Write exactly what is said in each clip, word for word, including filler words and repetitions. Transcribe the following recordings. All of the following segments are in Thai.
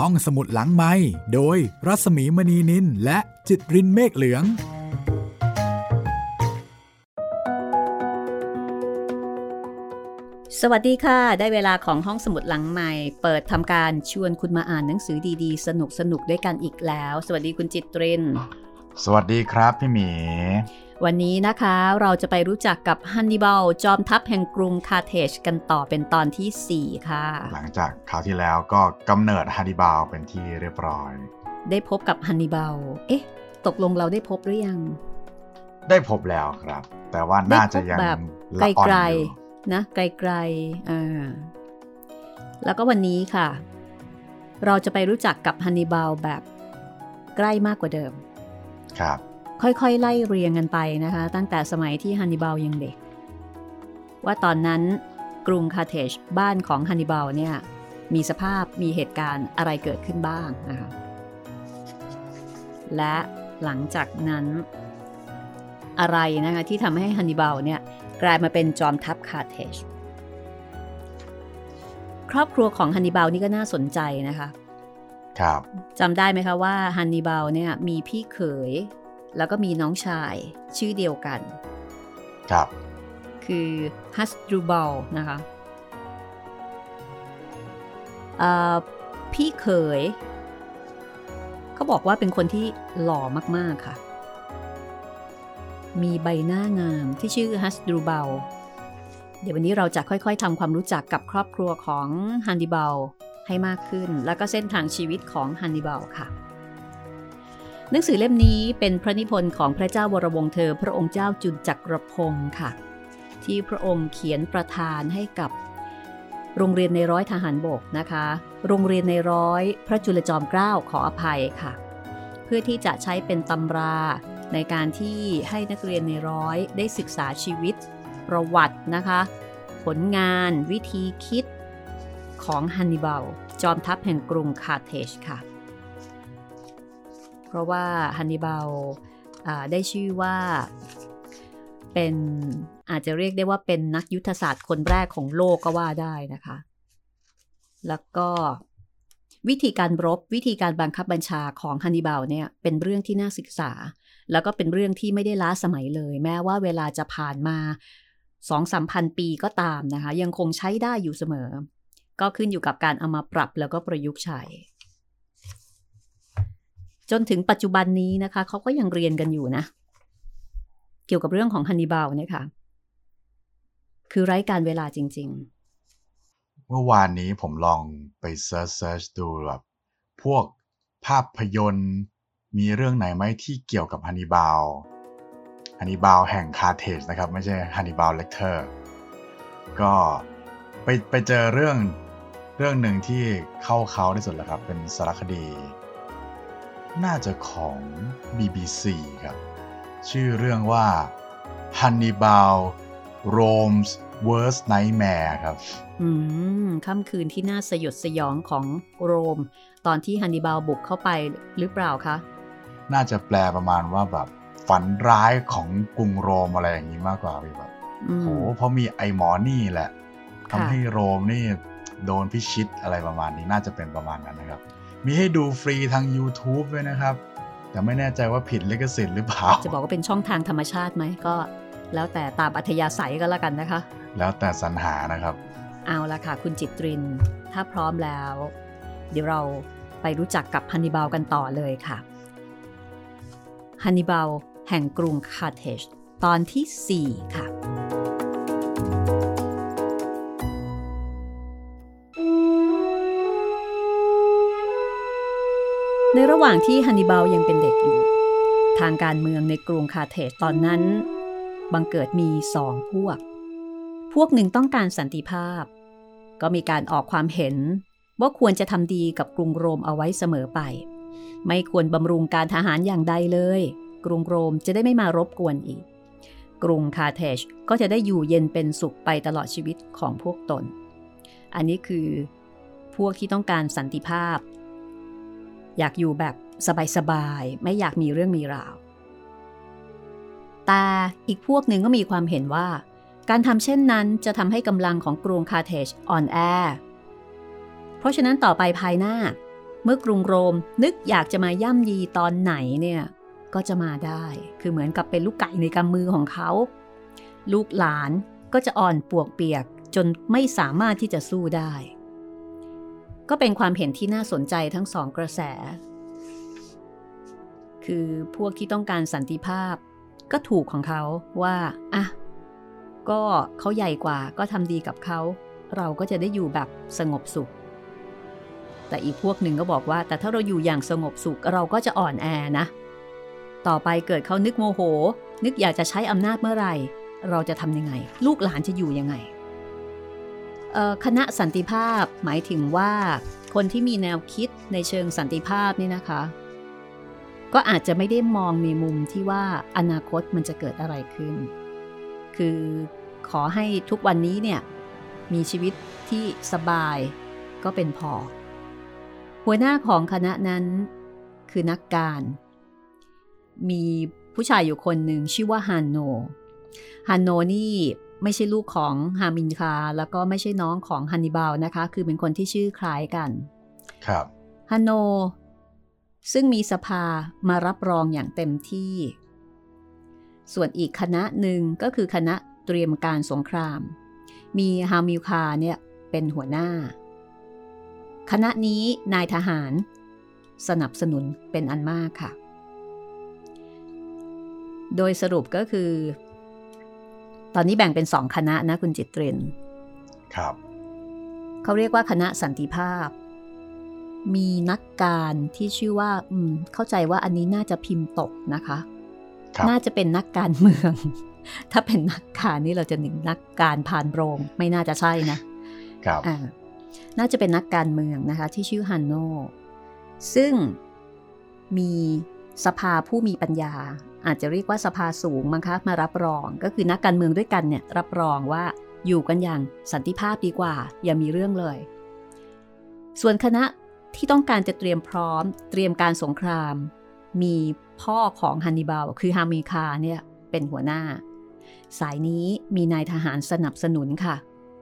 ห้องสมุดหลังไมค์โดยรัศมีมณีนินและจิตรินเมฆเหลืองสวัสดีค่ะได้เวลาของห้องสมุดหลังใหม่เปิดทำการชวนคุณมาอ่านหนังสือดีๆสนุกๆด้วยกันอีกแล้วสวัสดีคุณจิตรินสวัสดีครับพี่หมีวันนี้นะคะเราจะไปรู้จักกับฮันนิบาลจอมทัพแห่งกรุงคาร์เทจกันต่อเป็นตอนที่สี่ค่ะหลังจากคราวที่แล้วก็กำเนิดฮันนิบาลเป็นที่เรียบร้อยได้พบกับฮันนิบาลเอ๊ะตกลงเราได้พบหรือยังได้พบแล้วครับแต่ว่าน่าจะยังแบบไกลๆนะไกลๆอ่าแล้วก็วันนี้ค่ะเราจะไปรู้จักกับฮันนิบาลแบบใกล้มากกว่าเดิมครับค่อยๆไล่เรียงกันไปนะคะตั้งแต่สมัยที่ฮันนิบาลยังเด็กว่าตอนนั้นกรุงคาร์เทจบ้านของฮันนิบาลเนี่ยมีสภาพมีเหตุการณ์อะไรเกิดขึ้นบ้างนะคะและหลังจากนั้นอะไรนะคะที่ทำให้ฮันนิบาลเนี่ยกลายมาเป็นจอมทัพคาร์เทจครอบครัวของฮันนิบาลนี่ก็น่าสนใจนะคะครับจำได้ไหมคะว่าฮันนิบาลเนี่ยมีพี่เขยแล้วก็มีน้องชายชื่อเดียวกันครับคือฮัสดรูบัลนะคะพี่เขยเขาบอกว่าเป็นคนที่หล่อมากๆค่ะมีใบหน้างามที่ชื่อฮัสดรูบัลเดี๋ยววันนี้เราจะค่อยๆทำความรู้จักกับครอบครัวของฮันนิบาลให้มากขึ้นแล้วก็เส้นทางชีวิตของฮันนิบาลค่ะหนังสือเล่มนี้เป็นพระนิพนธ์ของพระเจ้าวรวงศ์เธอพระองค์เจ้าจุลจักรพงศ์ค่ะที่พระองค์เขียนประทานให้กับโรงเรียนในร้อยทหารบกนะคะโรงเรียนในร้อยพระจุลจอมเกล้าขออภัยค่ะเพื่อที่จะใช้เป็นตำราในการที่ให้นักเรียนในร้อยได้ศึกษาชีวิตประวัตินะคะผลงานวิธีคิดของฮันนิบาลจอมทัพแห่งกรุงคาร์เทจค่ะเพราะว่าฮันนิบาลได้ชื่อว่าเป็นอาจจะเรียกได้ว่าเป็นนักยุทธศาสตร์คนแรกของโลกก็ว่าได้นะคะแล้วก็วิธีการรบวิธีการบังคับบัญชาของฮันนิบาลเนี่ยเป็นเรื่องที่น่าศึกษาแล้วก็เป็นเรื่องที่ไม่ได้ล้าสมัยเลยแม้ว่าเวลาจะผ่านมา สองถึงสามพัน ปีก็ตามนะคะยังคงใช้ได้อยู่เสมอก็ขึ้นอยู่กับการเอามาปรับแล้วก็ประยุกต์ใช้จนถึงปัจจุบันนี้นะคะเขาก็ยังเรียนกันอยู่นะเกี่ยวกับเรื่องของฮันนิบาลนะคะคือไร้การเวลาจริงๆเมื่อวานนี้ผมลองไปเซิร์ชเซิร์ชดูแบบพวกภาพยนตร์มีเรื่องไหนไหมที่เกี่ยวกับฮันนิบาลฮันนิบาลแห่งคาร์เทจนะครับไม่ใช่ฮันนิบาลเลคเตอร์ก็ไปไปเจอเรื่องเรื่องหนึ่งที่เข้าเขาที่สุดแล้วครับเป็นสารคดีน่าจะของ บี บี ซี ครับชื่อเรื่องว่า Hannibal Rome's Worst Nightmare ครับอืมค่ำคืนที่น่าสยดสยองของโรมตอนที่ฮันนิบาลบุกเข้าไปหรือเปล่าคะน่าจะแปลประมาณว่าแบบฝันร้ายของกรุงโรมอะไรอย่างนี้มากกว่าพี่แบบโหเพราะมีไอหมอนี่แหละทำให้โรมนี่โดนพิชิตอะไรประมาณนี้น่าจะเป็นประมาณนั้นนะครับมีให้ดูฟรีทาง YouTube ด้วยนะครับแต่ไม่แน่ใจว่าผิดลิขสิทธิ์หรือเปล่าจะบอกว่าเป็นช่องทางธรรมชาติไหมก็แล้วแต่ตามอัธยาศัยก็แล้วกันนะคะแล้วแต่สรรหานะครับเอาละค่ะคุณจิตรินถ้าพร้อมแล้วเดี๋ยวเราไปรู้จักกับฮันนิบาลกันต่อเลยค่ะฮันนิบาลแห่งกรุงคาร์เทจตอนที่สี่ค่ะในระหว่างที่ฮันนิบาลยังเป็นเด็กอยู่ทางการเมืองในกรุงคาร์เทจตอนนั้นบังเกิดมีสองพวกพวกหนึ่งต้องการสันติภาพก็มีการออกความเห็นว่าควรจะทำดีกับกรุงโรมเอาไว้เสมอไปไม่ควรบำรุงการทหารอย่างใดเลยกรุงโรมจะได้ไม่มารบกวนอีกกรุงคาร์เทจก็จะได้อยู่เย็นเป็นสุขไปตลอดชีวิตของพวกตนอันนี้คือพวกที่ต้องการสันติภาพอยากอยู่แบบสบายๆไม่อยากมีเรื่องมีราวแต่อีกพวกหนึ่งก็มีความเห็นว่าการทำเช่นนั้นจะทำให้กำลังของกรุงคาร์เทจอ่อนแอเพราะฉะนั้นต่อไปภายหน้าเมื่อกรุงโรมนึกอยากจะมาย่ำยีตอนไหนเนี่ยก็จะมาได้คือเหมือนกับเป็นลูกไก่ในกำมือของเขาลูกหลานก็จะอ่อนปวกเปียกจนไม่สามารถที่จะสู้ได้ก็เป็นความเห็นที่น่าสนใจทั้งสองกระแสคือพวกที่ต้องการสันติภาพก็ถูกของเขาว่าอ่ะก็เขาใหญ่กว่าก็ทำดีกับเขาเราก็จะได้อยู่แบบสงบสุขแต่อีกพวกหนึ่งก็บอกว่าแต่ถ้าเราอยู่อย่างสงบสุขเราก็จะอ่อนแอนะต่อไปเกิดเขานึกโมโหนึกอยากจะใช้อำนาจเมื่อไหร่เราจะทำยังไงลูกหลานจะอยู่ยังไงคณะสันติภาพหมายถึงว่าคนที่มีแนวคิดในเชิงสันติภาพนี่นะคะก็อาจจะไม่ได้มองในมุมที่ว่าอนาคตมันจะเกิดอะไรขึ้นคือขอให้ทุกวันนี้เนี่ยมีชีวิตที่สบายก็เป็นพอหัวหน้าของคณะนั้นคือนักการมีผู้ชายอยู่คนหนึ่งชื่อว่าฮันโนฮันโนนี่ไม่ใช่ลูกของฮามินคาแล้วก็ไม่ใช่น้องของฮันนิบาลนะคะคือเป็นคนที่ชื่อคล้ายกันครับฮันโนซึ่งมีสภามารับรองอย่างเต็มที่ส่วนอีกคณะหนึ่งก็คือคณะเตรียมการสงครามมีฮามิลคาเนี่ยเป็นหัวหน้าคณะนี้นายทหารสนับสนุนเป็นอันมากค่ะโดยสรุปก็คือตอนนี้แบ่งเป็นสองคณะนะคุณจิตเรนครับเขาเรียกว่าคณะสันติภาพมีนักการที่ชื่อว่าอืมเข้าใจว่าอันนี้น่าจะพิมพ์ตกนะคะน่าจะเป็นนักการเมืองถ้าเป็นนักการนี่เราจะหนึ่งนักการผ่านโรงไม่น่าจะใช่นะครับอ่าน่าจะเป็นนักการเมืองนะคะที่ชื่อฮันโนซึ่งมีสภาผู้มีปัญญาอาจจะเรียกว่าสภาสูงมั้งคะมารับรองก็คือนักการเมืองด้วยกันเนี่ยรับรองว่าอยู่กันอย่างสันติภาพดีกว่าอย่ามีเรื่องเลยส่วนคณะที่ต้องการจะเตรียมพร้อมเตรียมการสงครามมีพ่อของฮันนิบาลคือฮามิลคาเนี่ยเป็นหัวหน้าสายนี้มีนายทหารสนับสนุนค่ะ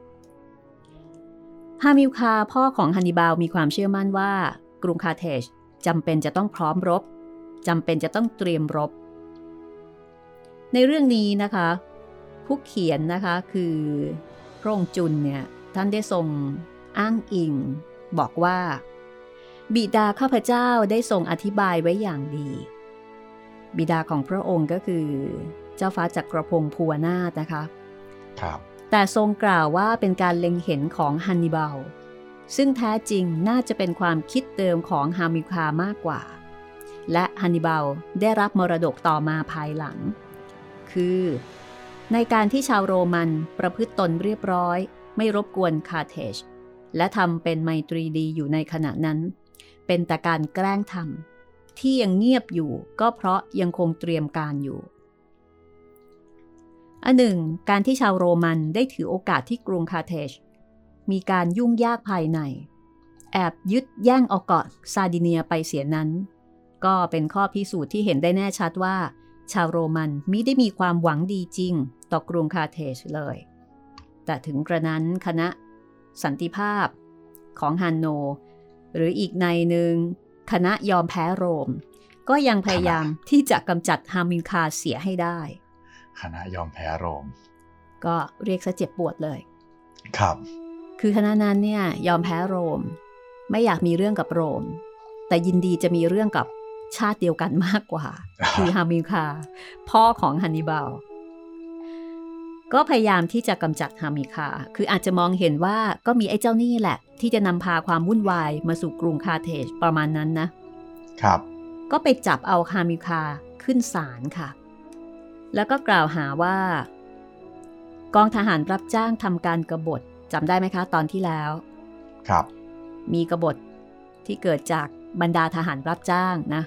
ฮามิลคาพ่อของฮันนิบาลมีความเชื่อมั่นว่ากรุงคาร์เทจจำเป็นจะต้องพร้อมรบจำเป็นจะต้องเตรียมรบในเรื่องนี้นะคะผู้เขียนนะคะคือพระองค์จุนเนี่ยท่านได้ทรงอ้างอิงบอกว่าบิดาข้าพเจ้าได้ทรงอธิบายไว้อย่างดีบิดาของพระองค์ก็คือเจ้าฟ้าจักรพงศ์ภูวนาถนะคะครับแต่ทรงกล่าวว่าเป็นการเล็งเห็นของฮันนิบาลซึ่งแท้จริงน่าจะเป็นความคิดเดิมของฮามิลคามากกว่าและฮันนิบาลได้รับมรดกต่อมาภายหลังคือในการที่ชาวโรมันประพฤติตนเรียบร้อยไม่รบกวนคาร์เทจและทำเป็นไมตรีดีอยู่ในขณะนั้นเป็นแต่การแกล้งทำที่ยังเงียบอยู่ก็เพราะยังคงเตรียมการอยู่อันหนึ่งการที่ชาวโรมันได้ถือโอกาสที่กรุงคาร์เทจมีการยุ่งยากภายในแอบยึดแย่งเอาเกาะซาร์ดิเนียไปเสียนั้นก็เป็นข้อพิสูจน์ที่เห็นได้แน่ชัดว่าชาวโรมันมิได้มีความหวังดีจริงต่อกรุงคาร์เทจเลยแต่ถึงกระนั้นคณะสันติภาพของฮันโนหรืออีกในหนึ่งคณะยอมแพ้โรมก็ยังพยายามที่จะกำจัดฮามิลคาเสียให้ได้คณะยอมแพ้โรมก็เรียกซะเจ็บปวดเลยครับคือคณะนั้นเนี่ยยอมแพ้โรมไม่อยากมีเรื่องกับโรมแต่ยินดีจะมีเรื่องกับชาติเดียวกันมากกว่า คือฮามิลคาพ่อของฮันนิบาลก็พยายามที่จะกำจัดฮามิลคาคืออาจจะมองเห็นว่าก็มีไอ้เจ้านี่แหละที่จะนำพาความวุ่นวายมาสู่กรุงคาร์เทจประมาณนั้นนะครับก็ไปจับเอาฮามิลคาขึ้นศาลค่ะแล้วก็กล่าวหาว่ากองทหารรับจ้างทำการกบฏจำได้ไหมคะตอนที่แล้วครับมีกบฏที่เกิดจากบรรดาทหารรับจ้างนะ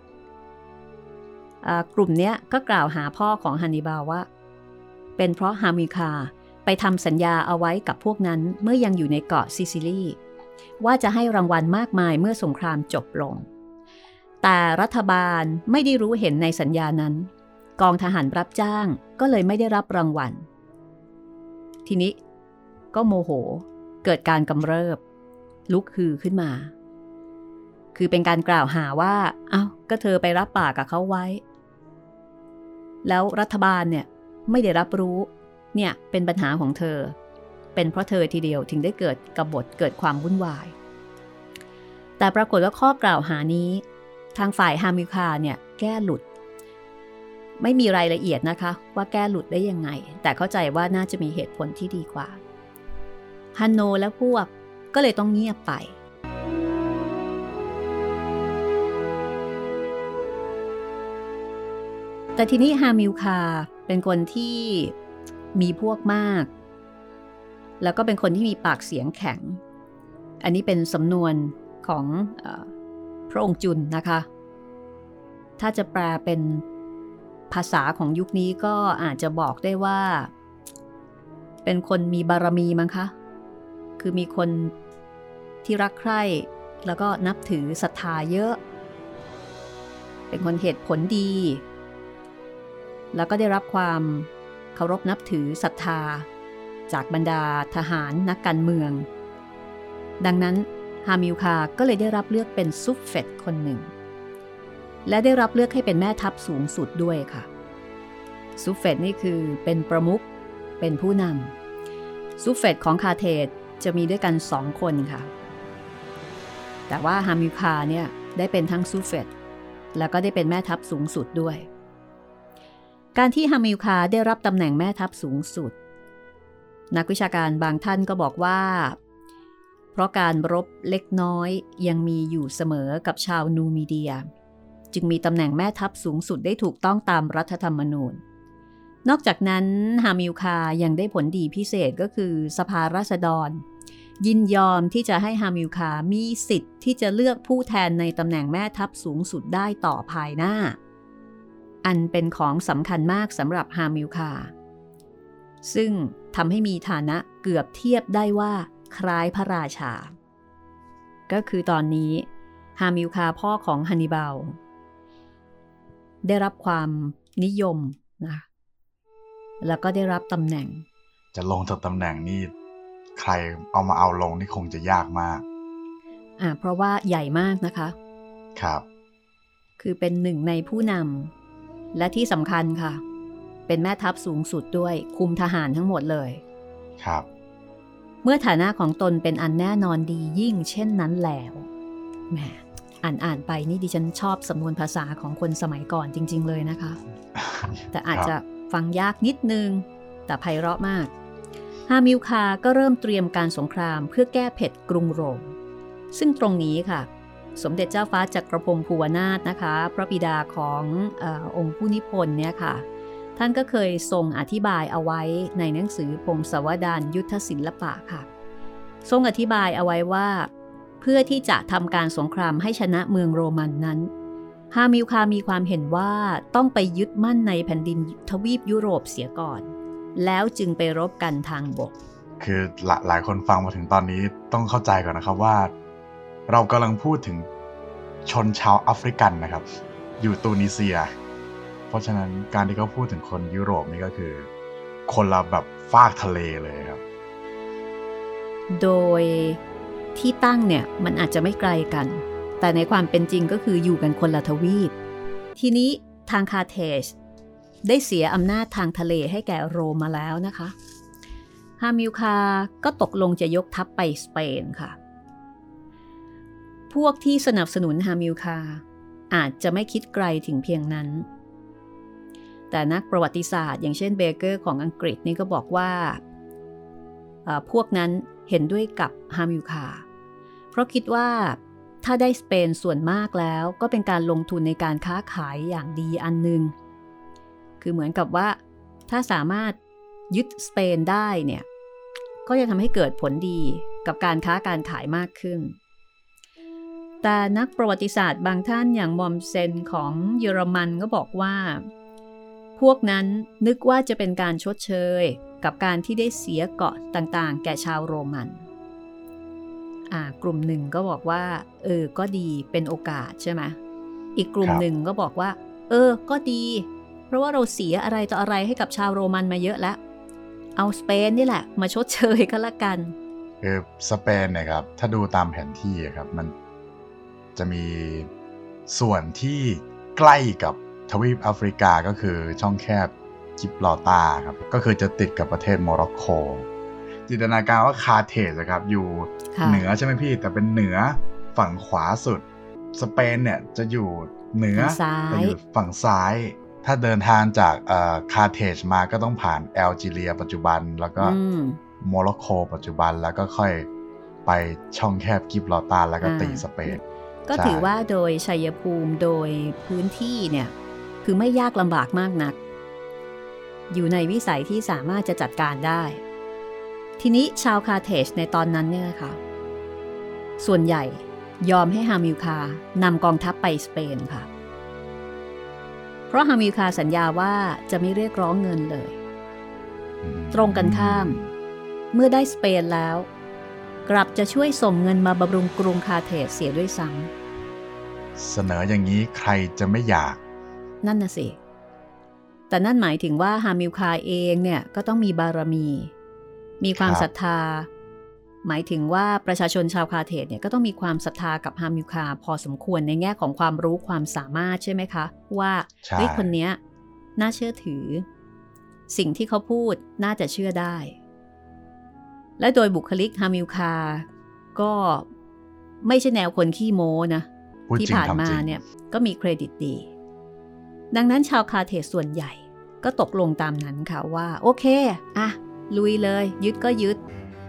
กลุ่มนี้ก็กล่าวหาพ่อของฮันนิบาลว่าเป็นเพราะฮามิลคาไปทำสัญญาเอาไว้กับพวกนั้นเมื่อยังอยู่ในเกาะซิซิลีว่าจะให้รางวัลมากมายเมื่อสงครามจบลงแต่รัฐบาลไม่ได้รู้เห็นในสัญญานั้นกองทหารรับจ้างก็เลยไม่ได้รับรางวัลทีนี้ก็โมโหเกิดการกำเริบลุกฮือขึ้นมาคือเป็นการกล่าวหาว่าเอ้าก็เธอไปรับปากกับเขาไว้แล้วรัฐบาลเนี่ยไม่ได้รับรู้เนี่ยเป็นปัญหาของเธอเป็นเพราะเธอทีเดียวถึงได้เกิดกบฏเกิดความวุ่นวายแต่ปรากฏว่าข้อกล่าวหานี้ทางฝ่ายฮามิลคาเนี่ยแก้หลุดไม่มีรายละเอียดนะคะว่าแก้หลุดได้ยังไงแต่เข้าใจว่าน่าจะมีเหตุผลที่ดีกว่าฮันโนและพวกก็เลยต้องเงียบไปแต่ทีนี้ฮามิลคาเป็นคนที่มีพวกมากแล้วก็เป็นคนที่มีปากเสียงแข็งอันนี้เป็นสำนวนของเอ่อพระองค์จุนนะคะถ้าจะแปลเป็นภาษาของยุคนี้ก็อาจจะบอกได้ว่าเป็นคนมีบารมีมั้งคะคือมีคนที่รักใคร่แล้วก็นับถือศรัทธาเยอะเป็นคนเหตุผลดีแล้วก็ได้รับความเคารพนับถือศรัทธาจากบรรดาทหารนักการเมืองดังนั้นฮามิลคาก็เลยได้รับเลือกเป็นซุฟเฟตคนหนึ่งและได้รับเลือกให้เป็นแม่ทัพสูงสุดด้วยค่ะซุฟเฟตนี่คือเป็นประมุขเป็นผู้นำซุฟเฟตของคาเทจจะมีด้วยกันสองคนค่ะแต่ว่าฮามิลคาเนี่ยได้เป็นทั้งซุฟเฟตแล้วก็ได้เป็นแม่ทัพสูงสุดด้วยการที่ฮามิลคาได้รับตำแหน่งแม่ทัพสูงสุดนักวิชาการบางท่านก็บอกว่าเพราะการรบเล็กน้อยยังมีอยู่เสมอกับชาวนูมีเดียจึงมีตำแหน่งแม่ทัพสูงสุดได้ถูกต้องตามรัฐธรรมนูญนอกจากนั้นฮามิลคายังได้ผลดีพิเศษก็คือสภาราษฎรยินยอมที่จะให้ฮามิลคามีสิทธิ์ที่จะเลือกผู้แทนในตำแหน่งแม่ทัพสูงสุดได้ต่อภายหน้าอันเป็นของสำคัญมากสำหรับฮามิลคาซึ่งทำให้มีฐานะเกือบเทียบได้ว่าคล้ายพระราชาก็คือตอนนี้ฮามิลคาพ่อของฮันนิบาลได้รับความนิยมนะแล้วก็ได้รับตำแหน่งจะลงจากตำแหน่งนี่ใครเอามาเอาลงนี่คงจะยากมากอ่าเพราะว่าใหญ่มากนะคะครับคือเป็นหนึ่งในผู้นำและที่สำคัญค่ะเป็นแม่ทัพสูงสุดด้วยคุมทหารทั้งหมดเลยครับเมื่อฐานะของตนเป็นอันแน่นอนดียิ่งเช่นนั้นแล้วแหมอ่านอ่านไปนี่ดิฉันชอบสำนวนภาษาของคนสมัยก่อนจริงๆเลยนะคะ แต่อาจจะฟังยากนิดนึงแต่ไพเราะมากฮามิลคาก็เริ่มเตรียมการสงครามเพื่อแก้เผ็ดกรุงโรมซึ่งตรงนี้ค่ะสมเด็จเจ้าฟ้าจักรพงศ์ภูวนาถนะคะพระบิดาของเอ่อองค์ผู้นิพนธ์เนี่ยค่ะท่านก็เคยทรงอธิบายเอาไว้ในหนังสือพงศาวดารยุทธศิลปะค่ะทรงอธิบายเอาไว้ว่าเพื่อที่จะทำการสงครามให้ชนะเมืองโรมันนั้นฮามิลคามีความเห็นว่าต้องไปยึดมั่นในแผ่นดินทวีปยุโรปเสียก่อนแล้วจึงไปรบกันทางบกคือหล, หลายคนฟังมาถึงตอนนี้ต้องเข้าใจก่อนนะครับว่าเรากำลังพูดถึงชนชาวแอฟริกันนะครับอยู่ตูนิเซียเพราะฉะนั้นการที่เขาพูดถึงคนยุโรปนี่ก็คือคนละแบบฟากทะเลเลยครับโดยที่ตั้งเนี่ยมันอาจจะไม่ไกลกันแต่ในความเป็นจริงก็คืออยู่กันคนละทวีปทีนี้ทางคาเทจได้เสียอำนาจทางทะเลให้แก่โรมมาแล้วนะคะฮามิลคาก็ตกลงจะยกทัพไปสเปนค่ะพวกที่สนับสนุนฮามิลคาอาจจะไม่คิดไกลถึงเพียงนั้นแต่นักประวัติศาสตร์อย่างเช่นเบเกอร์ของอังกฤษนี่ก็บอกว่าพวกนั้นเห็นด้วยกับฮามิลคาเพราะคิดว่าถ้าได้สเปนส่วนมากแล้วก็เป็นการลงทุนในการค้าขายอย่างดีอันนึงคือเหมือนกับว่าถ้าสามารถยึดสเปนได้เนี่ยก็จะทำให้เกิดผลดีกับการค้าการขายมากขึ้นแต่นักประวัติศาสตร์บางท่านอย่างมอมเซนของเยอรมันก็บอกว่าพวกนั้นนึกว่าจะเป็นการชดเชยกับการที่ได้เสียเกาะต่างๆแก่ชาวโรมันอ่ากลุ่มหนึ่งก็บอกว่าเออก็ดีเป็นโอกาสใช่ไหมอีกกลุ่มหนึ่งก็บอกว่าเออก็ดีเพราะว่าเราเสียอะไรต่ออะไรให้กับชาวโรมันมาเยอะแล้วเอาสเปนนี่แหละมาชดเชยก็แล้วกันคือสเปนเนี่ยครับถ้าดูตามแผนที่ครับมันจะมีส่วนที่ใกล้กับทวีปแอฟริกาก็คือช่องแคบจิบรอลตาร์ครับก็คือจะติดกับประเทศโมร็อกโกจินตนาการว่าคาร์เทจนะครับอยู่เหนือใช่ไหมพี่แต่เป็นเหนือฝั่งขวาสุดสเปนเนี่ยจะอยู่เหนือจะอยู่ฝั่งซ้ายถ้าเดินทางจากเอ่อคาร์เทจมาก็ต้องผ่านแอลจีเรียปัจจุบันแล้วก็โมร็อกโกปัจจุบันแล้วก็ค่อยไปช่องแคบกิบรอลตาร์แล้วก็ตีสเปนก็ถือว่าโดยชัยภูมิโดยพื้นที่เนี่ยคือไม่ยากลำบากมากนักอยู่ในวิสัยที่สามารถจะจัดการได้ทีนี้ชาวคาร์เทจในตอนนั้นเนี่ยค่ะส่วนใหญ่ยอมให้ฮามิลคานำกองทัพไปสเปนค่ะเพราะฮามิลคาสัญญาว่าจะไม่เรียกร้องเงินเลยตรงกันข้ามเมื่อได้สเปนแล้วกลับจะช่วยส่งเงินมาบำรุงกรุงคาร์เทจเสียด้วยซ้ำเสนออย่างนี้ใครจะไม่อยากนั่นน่ะสิแต่นั่นหมายถึงว่าฮามิลคาเองเนี่ยก็ต้องมีบารมีมีความศรัทธาหมายถึงว่าประชาชนชาวคาร์เทจเนี่ยก็ต้องมีความศรัทธากับฮามิลคาพอสมควรในแง่ของความรู้ความสามารถใช่ไหมคะว่าเฮ้ยคนนี้น่าเชื่อถือสิ่งที่เขาพูดน่าจะเชื่อได้และโดยบุคลิกฮามิลคาก็ไม่ใช่แนวคนขี้โม้นะที่ผ่านมาเนี่ยก็มีเครดิตดีดังนั้นชาวคาร์เทจส่วนใหญ่ก็ตกลงตามนั้นค่ะว่าโอเคอะลุยเลยยึดก็ยึด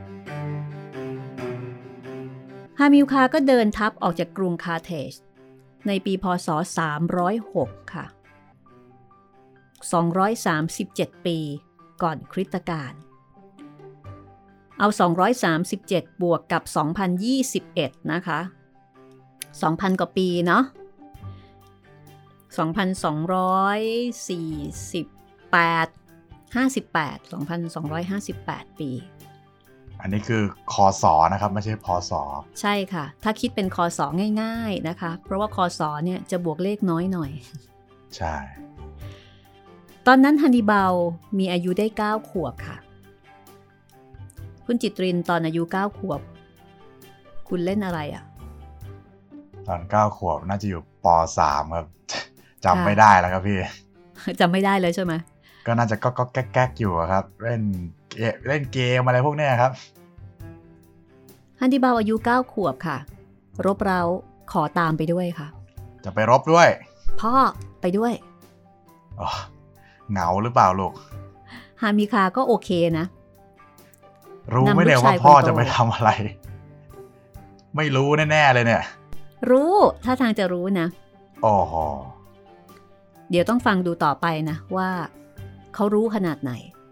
ฮามิลคาก็เดินทัพออกจากกรุงคาร์เทจในปีพ.ศ. สามร้อยหกค่ะสองร้อยสามสิบเจ็ดปีก่อนคริสตกาลเอาสองร้อยสามสิบเจ็ดบวกกับสองพันยี่สิบเอ็ดนะคะ สองพัน กว่าปีเนาะสองพันสองร้อยสี่สิบแปด ห้าสิบแปด สองพันสองร้อยห้าสิบแปดปีอันนี้คือคศนะครับไม่ใช่พศใช่ค่ะถ้าคิดเป็นคศง่ายๆนะคะเพราะว่าคศเนี่ยจะบวกเลขน้อยหน่อยใช่ตอนนั้นฮันนิบาลมีอายุได้เก้าขวบค่ะคุณจิตรินตอนอายุเก้าขวบคุณเล่นอะไรอ่ะตอนเก้าขวบน่าจะอยู่ป.สาม ครับจำไม่ได้แล้วครับพี่จำไม่ได้เลยใช่ไหมก็น่าจะก็ก็แก๊กๆอยู่ครับเล่นเล่นเกมอะไรพวกนี้ครับฮันนิบาลอายุเก้าขวบค่ะรบเร้าขอตามไปด้วยค่ะจะไปรบด้วยพ่อไปด้วยอ๋อเหงาหรือเปล่าลูกฮามิคาก็โอเคนะรู้ไม่ได้ว่าพ่อจะไปทำอะไรไม่รู้แน่ๆเลยเนี่ยรู้ถ้าทางจะรู้นะอ๋อเดี๋ยวต้องฟังดูต่อไปนะว่าเขารู้ขนาดไหน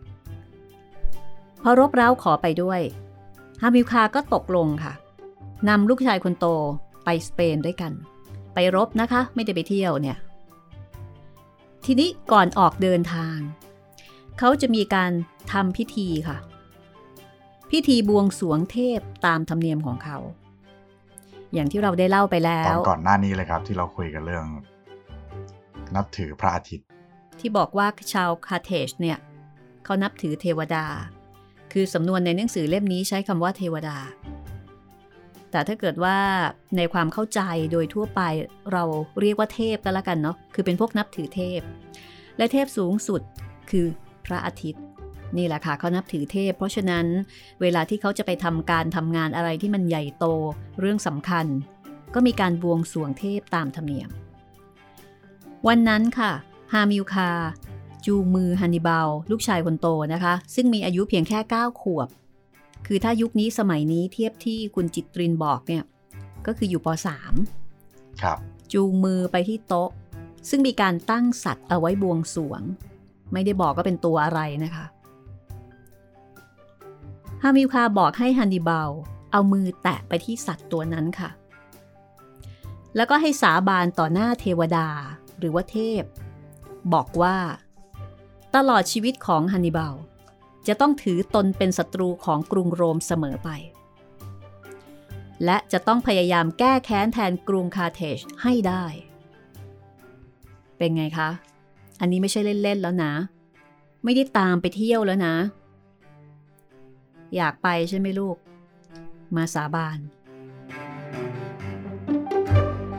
พอรบเร้าขอไปด้วยฮามิลคาก็ตกลงค่ะนำลูกชายคนโตไปสเปนด้วยกันไปรบนะคะไม่ได้ไปเที่ยวเนี่ยทีนี้ก่อนออกเดินทางเขาจะมีการทำพิธีค่ะพิธีบวงสรวงเทพตามธรรมเนียมของเขาอย่างที่เราได้เล่าไปแล้วตอนก่อนหน้านี้เลยครับที่เราคุยกันเรื่องนับถือพระอาทิตย์ที่บอกว่าชาวคาร์เทจเนี่ยเขานับถือเทวดาคือสำนวนในหนังสือเล่มนี้ใช้คำว่าเทวดาแต่ถ้าเกิดว่าในความเข้าใจโดยทั่วไปเราเรียกว่าเทพก็แล้วกันเนาะคือเป็นพวกนับถือเทพและเทพสูงสุดคือพระอาทิตย์นี่แหละค่ะเขานับถือเทพเพราะฉะนั้นเวลาที่เขาจะไปทำการทำงานอะไรที่มันใหญ่โตเรื่องสำคัญก็มีการบวงสรวงเทพตามธรรมเนียมวันนั้นค่ะฮามิลคาจูงมือฮันนิบาลลูกชายคนโตนะคะซึ่งมีอายุเพียงแค่เก้าขวบคือถ้ายุคนี้สมัยนี้เทียบที่คุณจิตรินบอกเนี่ยก็คืออยู่ป.สามครับจูงมือไปที่โต๊ะซึ่งมีการตั้งสัตว์เอาไว้บวงสรวงไม่ได้บอกก็เป็นตัวอะไรนะคะฮามิลคาบอกให้ฮันนิบาลเอามือแตะไปที่สัตว์ตัวนั้นค่ะแล้วก็ให้สาบานต่อหน้าเทวดาหรือว่าเทพบอกว่าตลอดชีวิตของฮันนิบาลจะต้องถือตนเป็นศัตรูของกรุงโรมเสมอไปและจะต้องพยายามแก้แค้นแทนกรุงคาร์เทจให้ได้เป็นไงคะอันนี้ไม่ใช่เล่นๆแล้วนะไม่ได้ตามไปเที่ยวแล้วนะอยากไปใช่ไหมลูกมาสาบาน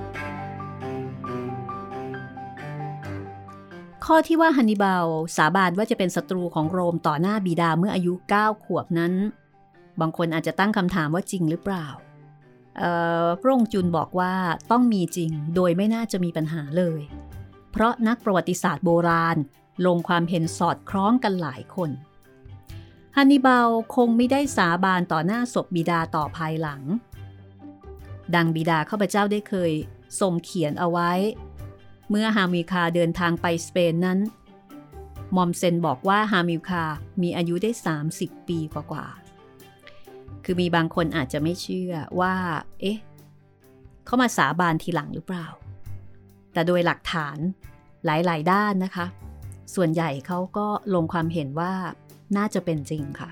ข้อที่ว่าฮันนิบาลสาบานว่าจะเป็นศัตรูของโรมต่อหน้าบิดาเมื่ออายุเก้าขวบนั้นบางคนอาจจะตั้งคำถามว่าจริงหรือเปล่าพระองค์จุนบอกว่าต้องมีจริงโดยไม่น่าจะมีปัญหาเลยเพราะนักประวัติศาสตร์โบราณลงความเห็นสอดคล้องกันหลายคนฮันนิบาลคงไม่ได้สาบานต่อหน้าศพบิดาต่อภายหลังดังบิดาข้าพเจ้าได้เคยทรงเขียนเอาไว้เมื่อฮามิลคาเดินทางไปสเปนนั้นมอมเซนบอกว่าฮามิลคามีอายุได้สามสิบปีกว่าๆคือมีบางคนอาจจะไม่เชื่อว่าเอ๊ะเขามาสาบานทีหลังหรือเปล่าแต่โดยหลักฐานหลายๆด้านนะคะส่วนใหญ่เขาก็ลงความเห็นว่าน่าจะเป็นจริงค่ะ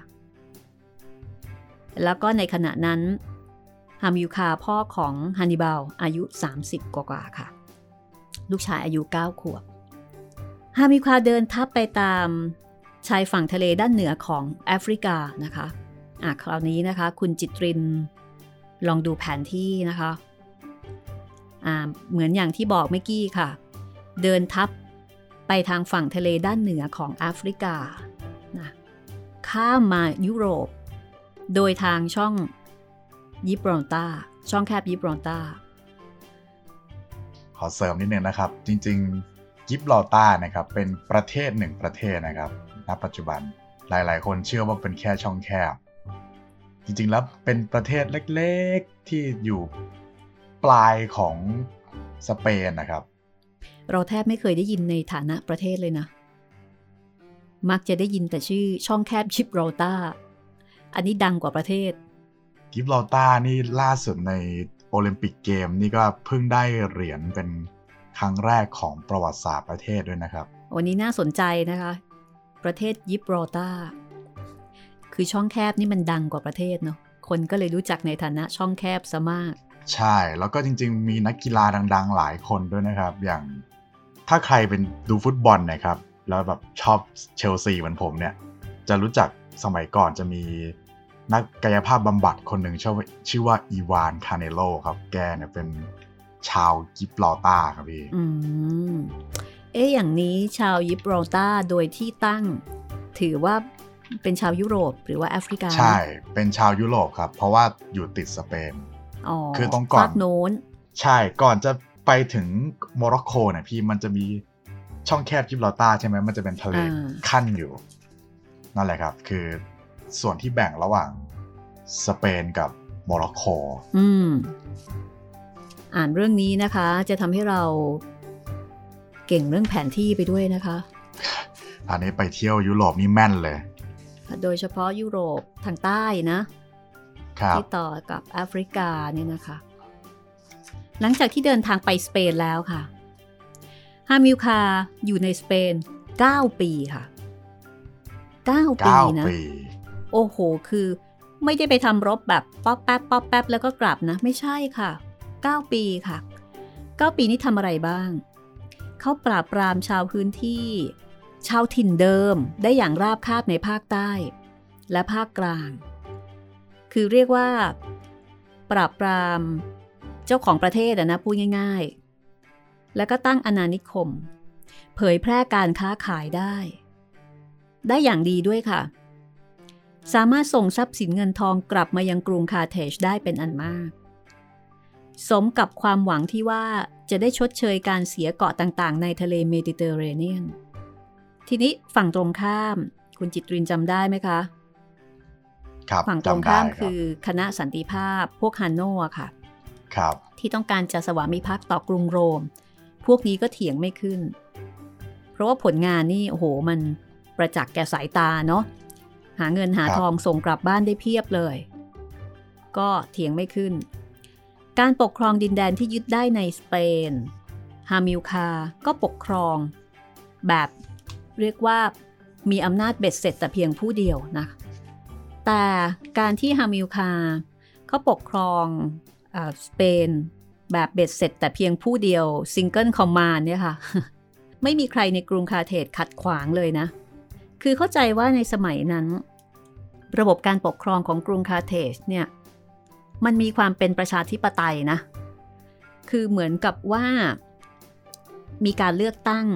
แล้วก็ในขณะนั้นฮามิลคาพ่อของฮันนิบาลอายุสามสิบกว่าๆค่ะลูกชายอายุเก้าขวบฮามิลคาเดินทัพไปตามชายฝั่งทะเลด้านเหนือของแอฟริกานะคะอ่ะคราวนี้นะคะคุณจิตรินลองดูแผนที่นะคะอ่าเหมือนอย่างที่บอกเมื่อกี้ค่ะเดินทัพไปทางฝั่งทะเลด้านเหนือของแอฟริกานะข้ามมายุโรปโดยทางช่องยิบรอลตาร์ช่องแคบยิบรอลตาร์ขอเสริมนิดนึงนะครับจริงๆยิบรอลตาร์นะครับเป็นประเทศหนึ่งประเทศนะครับณปัจจุบันหลายๆคนเชื่อว่าเป็นแค่ช่องแคบจริงๆแล้วเป็นประเทศเล็กๆที่อยู่ปลายของสเปนนะครับเราแทบไม่เคยได้ยินในฐานะประเทศเลยนะมักจะได้ยินแต่ชื่อช่องแคบยิบรอลตาร์อันนี้ดังกว่าประเทศยิบรอลตาร์นี่ล่าสุดในโอลิมปิกเกมนี่ก็เพิ่งได้เหรียญเป็นครั้งแรกของประวัติศาสตร์ประเทศด้วยนะครับวันนี้น่าสนใจนะคะประเทศยิบรอลตาร์คือช่องแคบนี่มันดังกว่าประเทศเนาะคนก็เลยรู้จักในฐานะช่องแคบซะมากใช่แล้วก็จริงๆมีนักกีฬาดังๆหลายคนด้วยนะครับอย่างถ้าใครเป็นดูฟุตบอลนะครับแล้วแบบชอบเชลซีเหมือนผมเนี่ยจะรู้จักสมัยก่อนจะมีนักกายภาพบำบัดคนหนึ่งชื่อว่าชื่อว่าอีวานคาเนโลครับแกเนี่ยเป็นชาวยิบรอลตาร์ครับพี่อืมเอ๊ะอย่างนี้ชาวยิบรอลตาร์โดยที่ตั้งถือว่าเป็นชาวยุโรปหรือว่าแอฟริกาใช่เป็นชาวยุโรปครับเพราะว่าอยู่ติดสเปนอ๋อคือตรงก่อนโน้นใช่ก่อนจะไปถึงโมร็อกโกเนี่ยพี่มันจะมีช่องแคบยิบรอลตาร์ใช่ไหมมันจะเป็นทะเลขั้นอยู่นั่นแหละครับคือส่วนที่แบ่งระหว่างสเปนกับโมร็อกโกอืมอ่านเรื่องนี้นะคะจะทำให้เราเก่งเรื่องแผนที่ไปด้วยนะคะอันนี้ไปเที่ยวยุโรปนี่แม่นเลยโดยเฉพาะยุโรปทางใต้นะที่ต่อกับแอฟริกาเนี่ยนะคะหลังจากที่เดินทางไปสเปนแล้วค่ะฮามิลคาอยู่ในสเปนเก้าปีค่ะเก้าปีนะโอ้โหคือไม่ได้ไปทำรบแบบป๊อปแป๊บป๊อปแป๊บแล้วก็กลับนะไม่ใช่ค่ะเก้าปีค่ะเก้าปีนี้ทำอะไรบ้างเขาปราบปรามชาวพื้นที่ชาวถิ่นเดิมได้อย่างราบคาบในภาคใต้และภาคกลางคือเรียกว่าปราบปรามเจ้าของประเทศนะพูดง่ายๆแล้วก็ตั้งอาณานิคมเผยแพร่การค้าขายได้ได้อย่างดีด้วยค่ะสามารถส่งทรัพย์สินเงินทองกลับมายังกรุงคาร์เทจได้เป็นอันมากสมกับความหวังที่ว่าจะได้ชดเชยการเสียเกาะต่างๆในทะเลเมดิเตอร์เรเนียนทีนี้ฝั่งตรงข้ามคุณจิตรินจำได้ไหมคะฝั่งตรงข้ามคือคณะสันติภาพพวกฮานโน่ค่ะครับที่ต้องการจะสวามิภักดิ์ต่อกรุงโรมพวกนี้ก็เถียงไม่ขึ้นเพราะว่าผลงานนี่โอ้โหมันประจักษ์แก่สายตาเนาะหาเงินหาทองส่งกลับบ้านได้เพียบเลยก็เถียงไม่ขึ้นการปกครองดินแดนที่ยึดได้ในสเปนฮามิลคาก็ปกครองแบบเรียกว่ามีอำนาจเบ็ดเสร็จแต่เพียงผู้เดียวนะแต่การที่ฮามิลคาเขาปกครองอ่าสเปนแบบเบ็ดเสร็จแต่เพียงผู้เดียวซิงเกิลคอมมานด์เนี่ยค่ะ ไม่มีใครในกรุงคาร์เทจขัดขวางเลยนะคือเข้าใจว่าในสมัยนั้นระบบการปกครองของกรุงคาร์เทจเนี่ยมันมีความเป็นประชาธิปไตยนะคือเหมือนกับว่ามีการเลือกตั้ง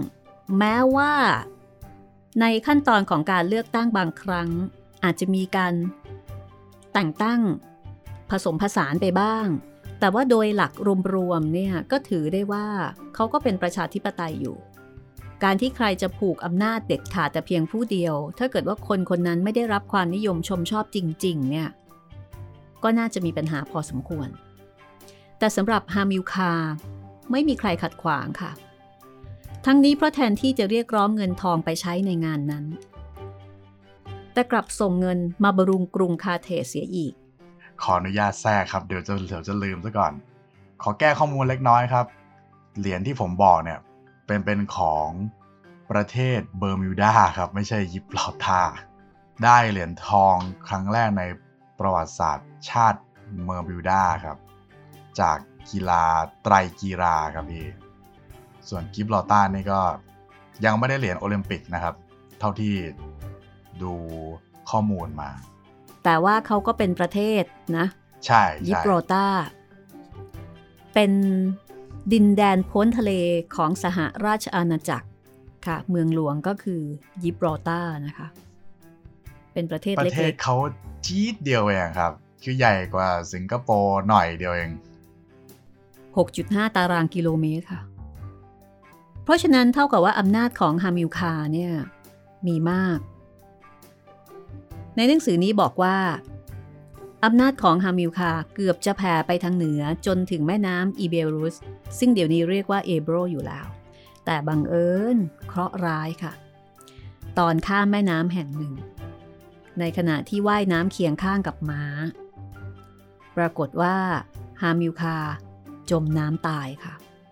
แม้ว่าในขั้นตอนของการเลือกตั้งบางครั้งอาจจะมีการแต่งตั้งผสมผสานไปบ้างแต่ว่าโดยหลักรวมๆเนี่ยก็ถือได้ว่าเขาก็เป็นประชาธิปไตยอยู่การที่ใครจะผูกอำนาจเด็ดขาดแต่เพียงผู้เดียวถ้าเกิดว่าคนคนนั้นไม่ได้รับความนิยมชมชอบจริงๆเนี่ยก็น่าจะมีปัญหาพอสมควรแต่สำหรับฮามิลคาไม่มีใครขัดขวางค่ะทั้งนี้เพราะแทนที่จะเรียกร้องเงินทองไปใช้ในงานนั้นแต่กลับส่งเงินมาบำรุงกรุงคาเทเสียอีกขออนุญาตแทรกครับเดี๋ยวจะเดี๋ยวจะลืมซะก่อนขอแก้ข้อมูลเล็กน้อยครับเหรียญที่ผมบอกเนี่ยเป็นเป็นของประเทศเบอร์มิวดาครับไม่ใช่ยิบราลตาร์ได้เหรียญทองครั้งแรกในประวัติศาสตร์ชาติเบอร์มิวดาครับจากกีฬาไตรกีฬาครับพี่ส่วนยิบราลตาร์นี่ก็ยังไม่ได้เหรียญโอลิมปิกนะครับเท่าที่ดูข้อมูลมาแต่ว่าเขาก็เป็นประเทศนะใช่ยิบราลตาร์เป็นดินแดนพ้นทะเลของสหราชอาณาจักรค่ะเมืองหลวงก็คือยิบราลตาร์นะคะเป็นประเทศเล็กๆประเทศเขาจี๊ดเดียวเองครับคือใหญ่กว่าสิงคโปร์หน่อยเดียวเองหกจุดห้า ตารางกิโลเมตรค่ะเพราะฉะนั้นเท่ากับว่าอำนาจของฮามิลคาเนี่ยมีมากในหนังสือนี้บอกว่าอำนาจของฮามิลคาเกือบจะแผ่ไปทางเหนือจนถึงแม่น้ำอีเบรุสซึ่งเดี๋ยวนี้เรียกว่าเอโบรอยู่แล้วแต่บังเอิญเคราะห์ร้ายค่ะตอนข้ามแม่น้ำแห่งหนึ่งในขณะที่ว่ายน้ำเคียงข้างกับม้าปรากฏว่าฮามิลคาจมน้ำตายค่ะ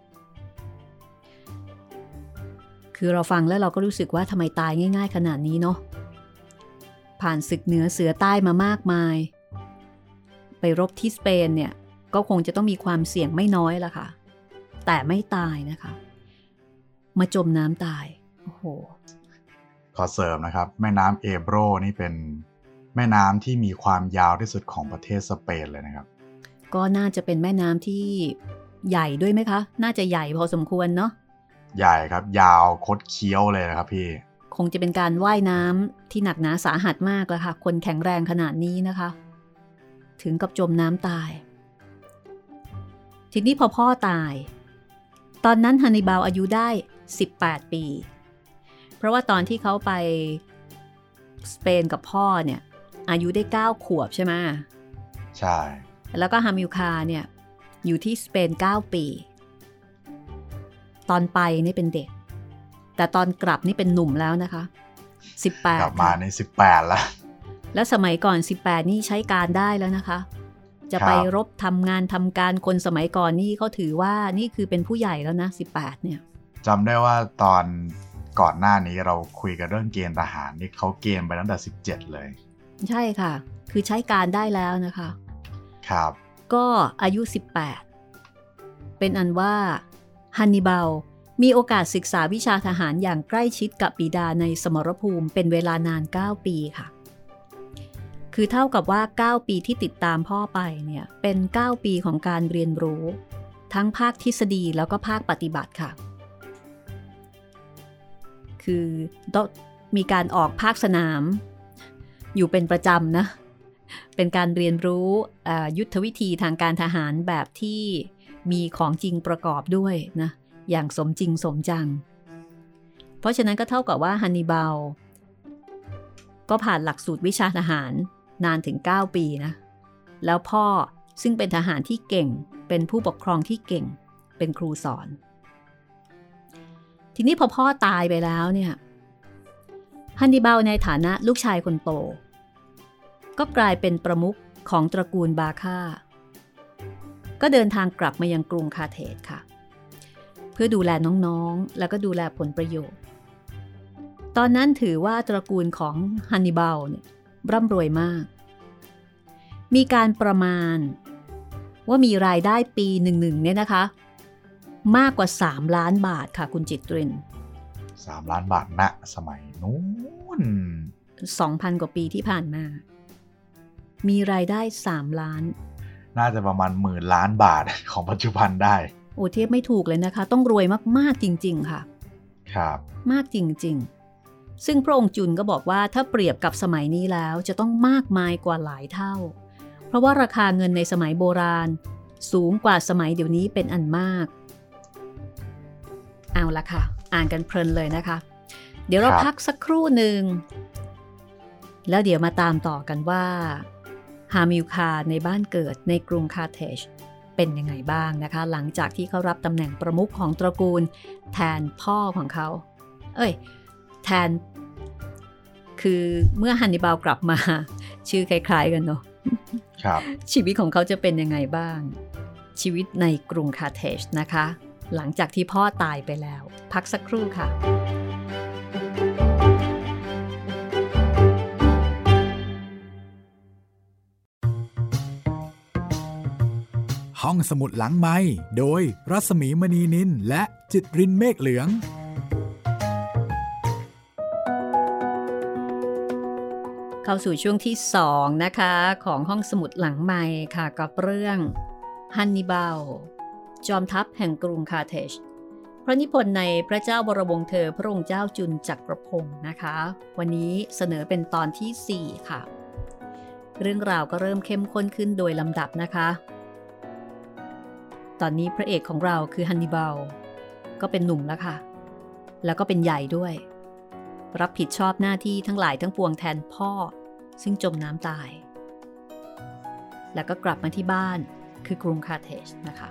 คือเราฟังแล้วเราก็รู้สึกว่าทำไมตายง่ายๆขนาดนี้เนาะผ่านศึกเหนือเสือใต้มามากมายไปรบที่สเปนเนี่ยก็คงจะต้องมีความเสี่ยงไม่น้อยละค่ะแต่ไม่ตายนะคะมาจมน้ำตายโอ้โหขอเสริมนะครับแม่น้ำเอโบรนี่เป็นแม่น้ำที่มีความยาวที่สุดของประเทศสเปนเลยนะครับก็น่าจะเป็นแม่น้ำที่ใหญ่ด้วยไหมคะน่าจะใหญ่พอสมควรเนาะใหญ่ครับยาวคดเคี้ยวเลยนะครับพี่คงจะเป็นการว่ายน้ำที่หนักหนาสาหัสมากแล้วค่ะคนแข็งแรงขนาดนี้นะคะถึงกับจมน้ำตายทีนี้พอพ่อตายตอนนั้นฮันนิบาลอายุได้สิบแปดปีเพราะว่าตอนที่เขาไปสเปนกับพ่อเนี่ยอายุได้เก้าขวบใช่ไหมใช่แล้วก็ฮามิลคาเนี่ยอยู่ที่สเปนเก้าปีตอนไปนี่เป็นเด็กแต่ตอนกลับนี่เป็นหนุ่มแล้วนะคะสิบแปดกลับมานี่สิบแปดแล้วแล้วสมัยก่อนสิบแปดนี่ใช้การได้แล้วนะคะจะไปรบทำงานทำการคนสมัยก่อนนี่เขาถือว่านี่คือเป็นผู้ใหญ่แล้วนะสิบแปดเนี่ยจำได้ว่าตอนก่อนหน้านี้เราคุยกันเรื่องเกณฑ์ทหารนี่เขาเกณฑ์ไปตั้งแต่สิบเจ็ดเลยใช่ค่ะคือใช้การได้แล้วนะคะครับก็อายุสิบแปดเป็นอันว่าฮันนิบาลมีโอกาสศึกษาวิชาทหารอย่างใกล้ชิดกับบิดาในสมรภูมิเป็นเวลานานเก้าปีค่ะคือเท่ากับว่าเก้าปีที่ติดตามพ่อไปเนี่ยเป็นเก้าปีของการเรียนรู้ทั้งภาคทฤษฎีแล้วก็ภาคปฏิบัติค่ะคือต้องมีการออกภาคสนามอยู่เป็นประจำนะเป็นการเรียนรู้ยุทธวิธีทางการทหารแบบที่มีของจริงประกอบด้วยนะอย่างสมจริงสมจังเพราะฉะนั้นก็เท่ากับว่าฮันนิบาลก็ผ่านหลักสูตรวิชาทหารนานถึงเก้าปีนะแล้วพ่อซึ่งเป็นทหารที่เก่งเป็นผู้ปกครองที่เก่งเป็นครูสอนทีนี้พอพ่อตายไปแล้วเนี่ยฮันนิบาลในฐานะลูกชายคนโตก็กลายเป็นประมุขของตระกูลบาค่าก็เดินทางกลับมายังกรุงคาเทสค่ะเพื่อดูแลน้องๆแล้วก็ดูแลผลประโยชน์ตอนนั้นถือว่าตระกูลของฮันนิบาลเนี่ยร่ำรวยมากมีการประมาณว่ามีรายได้ปีหนึ่งๆเนี่ยนะคะมากกว่าสามล้านบาทค่ะคุณจิตรินสามล้านบาทณสมัยนู้นสองพัน กว่าปีที่ผ่านมามีรายได้สามล้านน่าจะประมาณหมื่นล้านบาทของปัจจุบันได้โอ้เทียบไม่ถูกเลยนะคะต้องรวยมากๆจริงๆค่ะครับมากจริงๆซึ่งพระองค์จุนก็บอกว่าถ้าเปรียบกับสมัยนี้แล้วจะต้องมากมายกว่าหลายเท่าเพราะว่าราคาเงินในสมัยโบราณสูงกว่าสมัยเดี๋ยวนี้เป็นอันมากเอาละค่ะอ่านกันเพลินเลยนะคะเดี๋ยวเราพักสักครู่หนึ่งแล้วเดี๋ยวมาตามต่อกันว่าฮามิลคาในบ้านเกิดในกรุงคาร์เทจเป็นยังไงบ้างนะคะหลังจากที่เขารับตำแหน่งประมุขของตระกูลแทนพ่อของเขาเอ้ยแทนคือเมื่อฮันนิบาลกลับมาชื่อคล้ายๆกันเนาะครับชีวิตของเขาจะเป็นยังไงบ้างชีวิตในกรุงคาร์เทจนะคะหลังจากที่พ่อตายไปแล้วพักสักครู่ค่ะห้องสมุดหลังไมค์โดยรัศมีมณีนินและจิตรินเมฆเหลืองเข้าสู่ช่วงที่สองนะคะของห้องสมุดหลังไมค์ค่ะกับเรื่องฮันนิบาลจอมทัพแห่งกรุงคาร์เทจพระนิพนธ์ในพระเจ้าบรมวงศ์เธอพระองค์เจ้าจุนจักรพงศ์นะคะวันนี้เสนอเป็นตอนที่สี่ค่ะเรื่องราวก็เริ่มเข้มข้นขึ้นโดยลำดับนะคะตอนนี้พระเอกของเราคือฮันนิบาลก็เป็นหนุ่มแล้วค่ะแล้วก็เป็นใหญ่ด้วยรับผิดชอบหน้าที่ทั้งหลายทั้งปวงแทนพ่อซึ่งจมน้ำตายแล้วก็กลับมาที่บ้านคือกรุงคาร์เทจนะคะ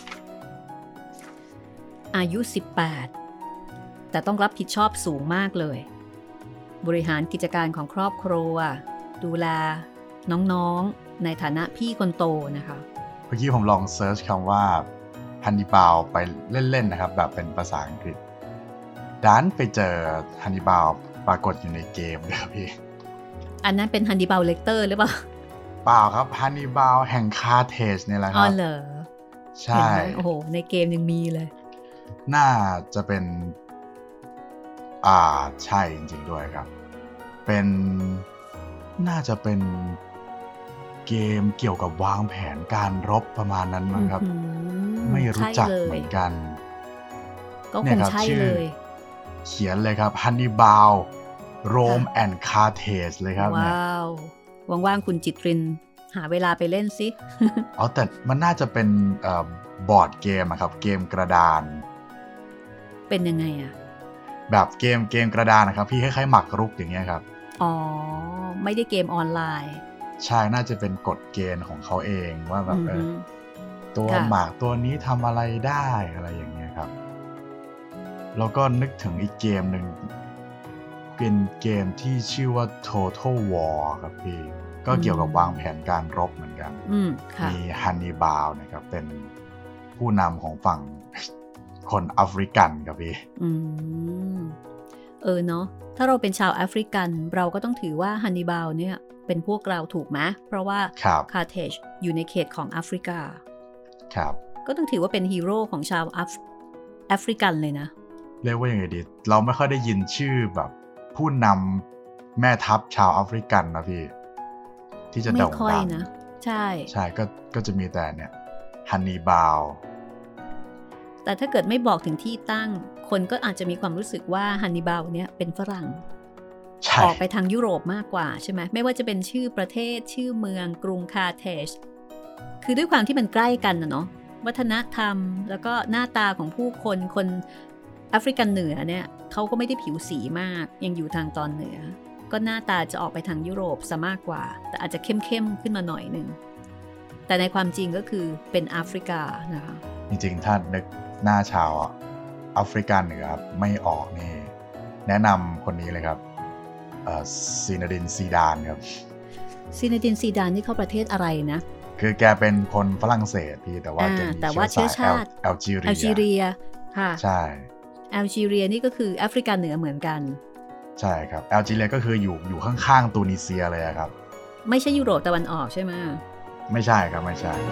อายุสิบแปดแต่ต้องรับผิดชอบสูงมากเลยบริหารกิจการของครอบครัวดูแลน้องๆในฐานะพี่คนโตนะคะเมื่อกี้ผมลองเซิร์ชคำว่าฮันนิบาลไปเล่นๆนะครับแบบเป็นภาษาอังกฤษดันไปเจอฮันนิบาลปรากฏอยู่ในเกมเลยครับพี่อันนั้นเป็นฮันนิบาลเลกเตอร์หรือเปล่าเปล่าครับฮันนิบาลแห่งคาร์เทจเนี่ยแหละครับอ๋อเหรอใช่โอ้โหในเกมยังมีเลยน่าจะเป็นอ่าใช่จริงๆด้วยครับเป็นน่าจะเป็นเกมเกี่ยวกับวางแผนการรบประมาณนั้นมั้งครับไม่รู้จักเหมือนกันก็คงใช่เลยเขียนเลยครับฮันนิบาลโรมแอนด์คาร์เทจเลยครับว้าวว่างๆคุณจิตรินหาเวลาไปเล่นสิอ๋อแต่มันน่าจะเป็นเอ่อบอร์ดเกมอะครับเกมกระดานเป็นยังไงอะแบบเกมเกมกระดานนะครับพี่คล้ายๆหมากรุกอย่างเงี้ยครับอ๋อไม่ได้เกมออนไลน์ใช่น่าจะเป็นกฎเกณฑ์ของเขาเองว่าแบบเออตัวหมากตัวนี้ทำอะไรได้อะไรอย่างเงี้ยครับแล้วก็นึกถึงอีกเกมหนึ่งเป็นเกมที่ชื่อว่า Total War ครับพี่ก็เกี่ยวกับวางแผนการรบเหมือนกันมีฮันนิบาลนะครับเป็นผู้นำของฝั่งคนแอฟริกันครับพี่อืมเออเนาะถ้าเราเป็นชาวแอฟริกันเราก็ต้องถือว่าฮันนิบาลเนี่ยเป็นพวกเราถูกไหมเพราะว่าคาร์เทจอยู่ในเขตของแอฟริกาครับก็ต้องถือว่าเป็นฮีโร่ของชาวแอฟริกันเลยนะเรียกว่ายังไงดีเราไม่ค่อยได้ยินชื่อแบบผู้นำแม่ทัพชาวแอฟริกันนะพี่ที่จะโด่งดังนะใช่ใช่ก็ก็จะมีแต่เนี่ยฮันนิบาลแต่ถ้าเกิดไม่บอกถึงที่ตั้งคนก็อาจจะมีความรู้สึกว่าฮันนิบาลเนี่ยเป็นฝรั่งออกไปทางยุโรปมากกว่าใช่ไหมไม่ว่าจะเป็นชื่อประเทศชื่อเมืองกรุงคาร์เทจคือด้วยความที่มันใกล้กันนะเนาะวัฒนธรรมแล้วก็หน้าตาของผู้คนคนแอฟริกันเหนือเนี่ยเขาก็ไม่ได้ผิวสีมากยังอยู่ทางตอนเหนือก็หน้าตาจะออกไปทางยุโรปซะมากกว่าแต่อาจจะเข้มๆขึ้นมาหน่อยนึงแต่ในความจริงก็คือเป็นแอฟริกานะคะจริงๆถ้านึกหน้าชาวแอฟริกันเหนือไม่ออกนี่แนะนำคนนี้เลยครับซีนาดินซีดานครับซีนาดินซีดานนี่เขาประเทศอะไรนะคือแกเป็นคนฝรั่งเศสพี่แต่ว่าแกมีเชื้อสายแอลจีเรียแอลจีเรียค่ะใช่แอลจีเรียนี่ก็คือแอฟริกาเหนือเหมือนกันใช่ครับแอลจีเรียก็คืออยู่อยู่ข้างๆตูนิเซียเลยครับไม่ใช่ยุโรปตะวันออกใช่ไหมไม่ใช่ครับไม่ใช่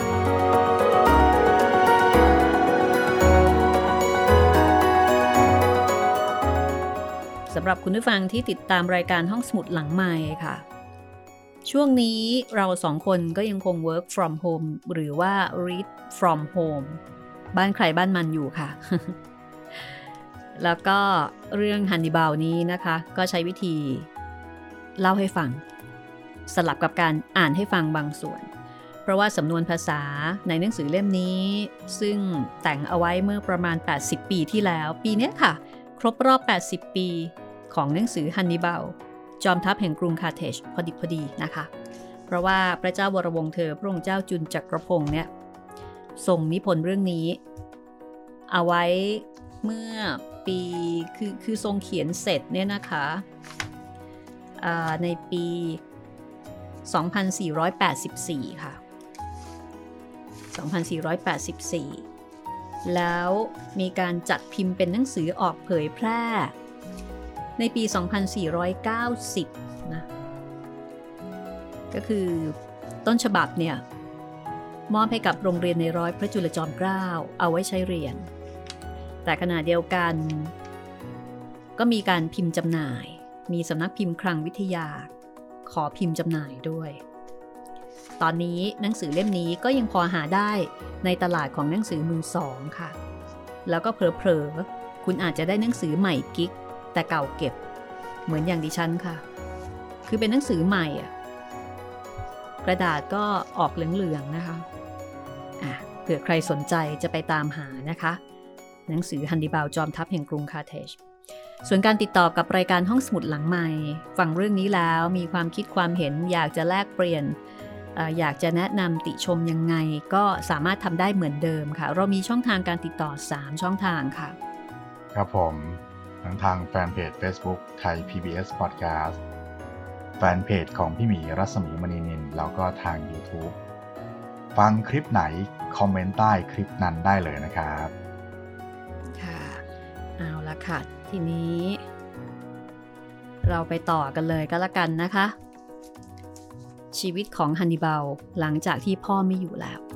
สำหรับคุณผู้ฟังที่ติดตามรายการห้องสมุดหลังไมค์ค่ะช่วงนี้เราสองคนก็ยังคง work from home หรือว่า read from home บ้านใครบ้านมันอยู่ค่ะแล้วก็เรื่องฮันนิบาลนี้นะคะก็ใช้วิธีเล่าให้ฟังสลับกับการอ่านให้ฟังบางส่วนเพราะว่าสำนวนภาษาในหนังสือเล่มนี้ซึ่งแต่งเอาไว้เมื่อประมาณแปดสิบปีที่แล้วปีนี้ค่ะครบรอบแปดสิบปีของหนังสือฮันนิบาลจอมทัพแห่งกรุงคาร์เทจพอดิบพอดีนะคะเพราะว่าพระเจ้าวรวงศ์เธอพระองค์เจ้าจุลจักรพงศ์เนี่ยทรงนิพนธ์เรื่องนี้เอาไว้เมื่อปีคือคือทรงเขียนเสร็จเนี่ยนะคะในปีสองพันสี่ร้อยแปดสิบสี่ค่ะสองพันสี่ร้อยแปดสิบสี่แล้วมีการจัดพิมพ์เป็นหนังสือออกเผยแพร่ในปีสองพันสี่ร้อยเก้าสิบนะก็คือต้นฉบับเนี่ยมอบให้กับโรงเรียนในร้อยพระจุลจอมเกล้าเอาไว้ใช้เรียนแต่ขณะเดียวกันก็มีการพิมพ์จำหน่ายมีสำนักพิมพ์คลังวิทยาขอพิมพ์จำหน่ายด้วยตอนนี้หนังสือเล่มนี้ก็ยังพอหาได้ในตลาดของหนังสือมือสองค่ะแล้วก็เผลอๆคุณอาจจะได้หนังสือใหม่กิ๊กแต่เก่าเก็บเหมือนอย่างดิฉันค่ะคือเป็นหนังสือใหม่อ่ะกระดาษก็ออกเหลืองๆนะคะอ่ะเผื่อใครสนใจจะไปตามหานะคะหนังสือฮันนิบาลจอมทัพแห่งกรุงคาร์เทจส่วนการติดต่อกับรายการห้องสมุดหลังใหม่ฟังเรื่องนี้แล้วมีความคิดความเห็นอยากจะแลกเปลี่ยน อ, อยากจะแนะนำติชมยังไงก็สามารถทำได้เหมือนเดิมค่ะเรามีช่องทางการติดต่อสามช่องทางค่ะครับผมทั้งทางแฟนเพจ Facebook ไทย พี บี เอส Podcast แฟนเพจของพี่หมีรัศมีมณีนินแล้วก็ทาง YouTube ฟังคลิปไหนคอมเมนต์ใต้คลิปนั้นได้เลยนะครับค่ะเอาละค่ะทีนี้เราไปต่อกันเลยก็แล้วกันนะคะชีวิตของฮันนิบาลหลังจากที่พ่อไม่อยู่แล้ว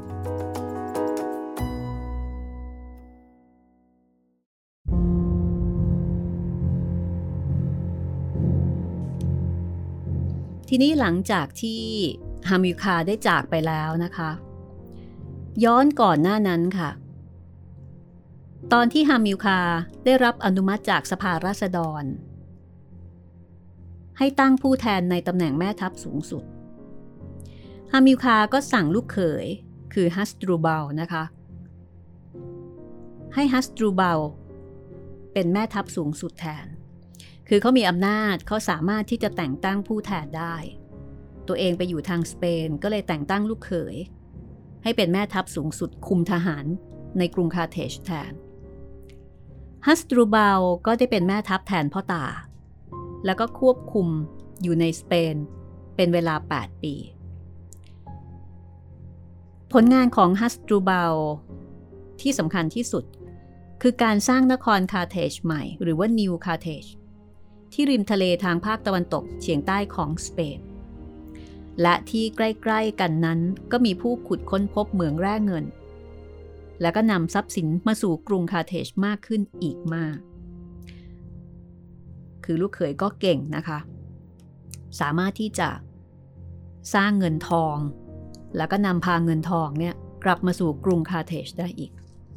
ทีนี้หลังจากที่ฮามิลคาได้จากไปแล้วนะคะย้อนก่อนหน้านั้นค่ะตอนที่ฮามิลคาได้รับอนุมัติจากสภาราษฎรให้ตั้งผู้แทนในตำแหน่งแม่ทัพสูงสุดฮามิลคาก็สั่งลูกเขยคือฮัสดรูบัลนะคะให้ฮัสดรูบัลเป็นแม่ทัพสูงสุดแทนคือเขามีอำนาจเขาสามารถที่จะแต่งตั้งผู้แทนได้ตัวเองไปอยู่ทางสเปนก็เลยแต่งตั้งลูกเขยให้เป็นแม่ทัพสูงสุดคุมทหารในกรุงคาร์เทจแทนฮัสดรูบัลก็ได้เป็นแม่ทัพแทนพ่อตาแล้วก็ควบคุมอยู่ในสเปนเป็นเวลาแปดปีผลงานของฮัสดรูบัลที่สำคัญที่สุดคือการสร้างนครคาร์เทจใหม่หรือว่านิวคาร์เทจที่ริมทะเลทางภาคตะวันตกเฉียงใต้ของสเปนและที่ใกล้ๆกันนั้นก็มีผู้ขุดค้นพบเหมืองแร่เงินแล้วก็นำทรัพย์สินมาสู่กรุงคาร์เทจมากขึ้นอีกมากคือลูกเขยก็เก่งนะคะสามารถที่จะสร้างเงินทองแล้วก็นำพาเงินทองเนี่ยกลับมาสู่กรุงคาร์เทจได้อีก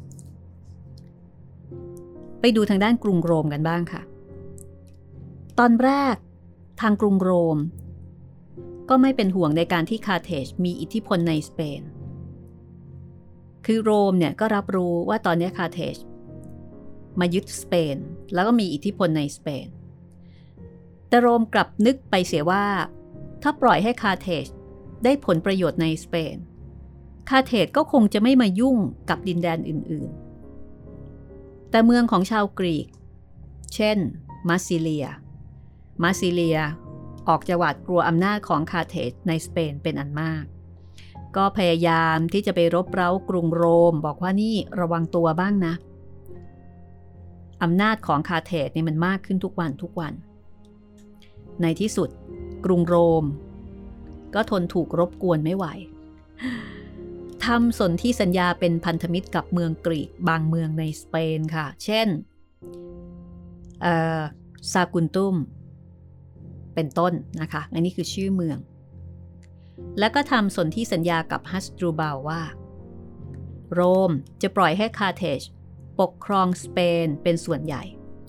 ไปดูทางด้านกรุงโรมกันบ้างค่ะตอนแรกทางกรุงโรมก็ไม่เป็นห่วงในการที่คาร์เทจมีอิทธิพลในสเปนคือโรมเนี่ยก็รับรู้ว่าตอนนี้คาร์เทจมายึดสเปนแล้วก็มีอิทธิพลในสเปนแต่โรมกลับนึกไปเสียว่าถ้าปล่อยให้คาร์เทจได้ผลประโยชน์ในสเปนคาร์เทจก็คงจะไม่มายุ่งกับดินแดนอื่นๆแต่เมืองของชาวกรีกเช่นมาซิเลียมาซิเลียออกจะหวาดกลัวอำนาจของคาร์เทจในสเปนเป็นอันมากก็พยายามที่จะไปรบเร้ากรุงโรมบอกว่านี่ระวังตัวบ้างนะอำนาจของคาร์เทจนี่มันมากขึ้นทุกวันทุกวันในที่สุดกรุงโรมก็ทนถูกรบกวนไม่ไหวทำสนธิสัญญาเป็นพันธมิตรกับเมืองกรีกบางเมืองในสเปนค่ะเช่นเอ่อซากุนตุมเป็นต้นนะคะอันนี้คือชื่อเมืองแล้วก็ทำสนธิสัญญากับฮัสดรูบัลว่าโรมจะปล่อยให้คาร์เทจปกครองสเปนเป็นส่วนใหญ่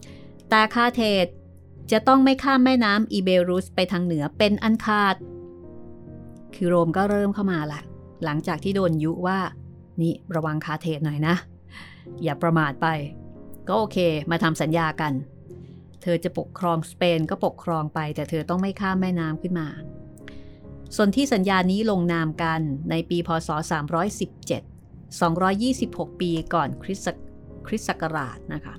แต่คาเทจจะต้องไม่ข้ามแม่น้ำอีเบรุสไปทางเหนือเป็นอันขาดคือโรมก็เริ่มเข้ามาละหลังจากที่โดนยุว่านี่ระวังคาเทจหน่อยนะอย่าประมาทไปก็โอเคมาทำสัญญากันเธอจะปกครองสเปนก็ปกครองไปแต่เธอต้องไม่ข้ามแม่น้ำขึ้นมาส่วนที่สัญญานี้ลงนามกันในปีพ.ศ. สามร้อยสิบเจ็ด สองร้อยยี่สิบหกปีก่อนคริสต์คริสต์ศักราชนะคะ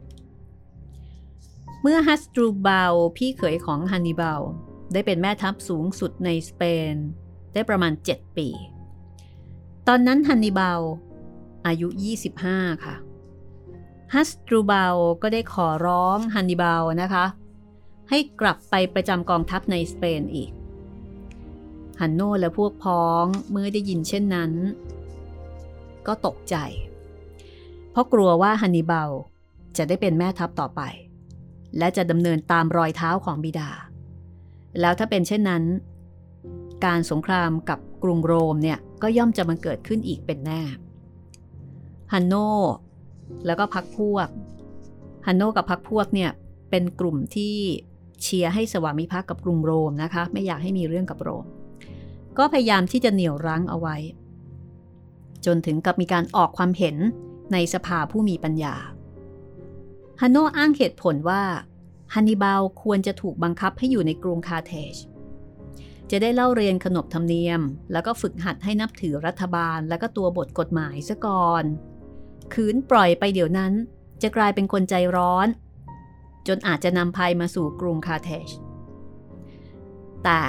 เมื่อฮัสดรูบัลพี่เขยของฮันนิบาลได้เป็นแม่ทัพสูงสุดในสเปนได้ประมาณเจ็ดปีตอนนั้นฮันนิบาลอายุยี่สิบห้าค่ะฮัสดรูบัลก็ได้ขอร้องฮันนิบาลนะคะให้กลับไปประจำกองทัพในสเปนอีกฮันโนและพวกพ้องเมื่อได้ยินเช่นนั้นก็ตกใจเพราะกลัวว่าฮันนิบาลจะได้เป็นแม่ทัพต่อไปและจะดำเนินตามรอยเท้าของบิดาแล้วถ้าเป็นเช่นนั้นการสงครามกับกรุงโรมเนี่ยก็ย่อมจะมาเกิดขึ้นอีกเป็นแน่ฮันโนแล้วก็พรรคพวกฮันโนกับพรรคพวกเนี่ยเป็นกลุ่มที่เชียร์ให้สวามิภักดิ์กับกรุงโรมนะคะไม่อยากให้มีเรื่องกับโรมก็พยายามที่จะเหนี่ยวรั้งเอาไว้จนถึงกับมีการออกความเห็นในสภาผู้มีปัญญาฮันโนอ้างเหตุผลว่าฮันนิบาลควรจะถูกบังคับให้อยู่ในกรุงคาร์เทจจะได้เล่าเรียนขนบธรรมเนียมแล้วก็ฝึกหัดให้นับถือรัฐบาลแล้วก็ตัวบทกฎหมายซะก่อนขืนปล่อยไปเดี๋ยวนั้นจะกลายเป็นคนใจร้อนจนอาจจะนำภัยมาสู่กรุงคาร์เทจแต่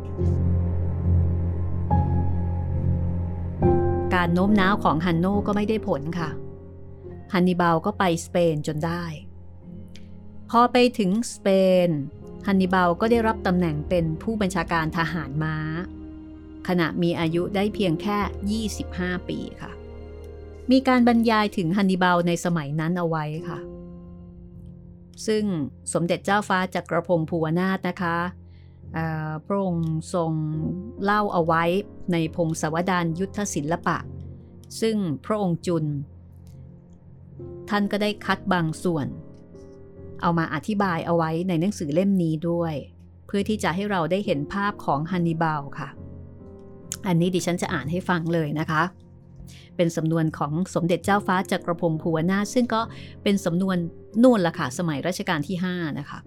การโน้มน้าวของฮันโนก็ไม่ได้ผลค่ะฮันนิบาลก็ไปสเปนจนได้พอไปถึงสเปนฮันนิบาลก็ได้รับตำแหน่งเป็นผู้บัญชาการทหารม้าขณะมีอายุได้เพียงแค่ยี่สิบห้าปีค่ะมีการบรรยายถึงฮันนิบาลในสมัยนั้นเอาไว้ค่ะซึ่งสมเด็จเจ้าฟ้าจักรพงศ์ภูวนาถนะคะพระองค์ทรงเล่าเอาไว้ในพงศาวดารยุทธศิลปะซึ่งพระองค์จุลท่านก็ได้คัดบางส่วนเอามาอธิบายเอาไว้ในหนังสือเล่มนี้ด้วยเพื่อที่จะให้เราได้เห็นภาพของฮันนิบาลค่ะอันนี้ดิฉันจะอ่านให้ฟังเลยนะคะเป็นสำนวนของสมเด็จเจ้าฟ้าจักรพงศ์ภูวนาถซึ่งก็เป็นสำนวนนู่นละค่ะสมัยรัชกาลที่ห้านะคะ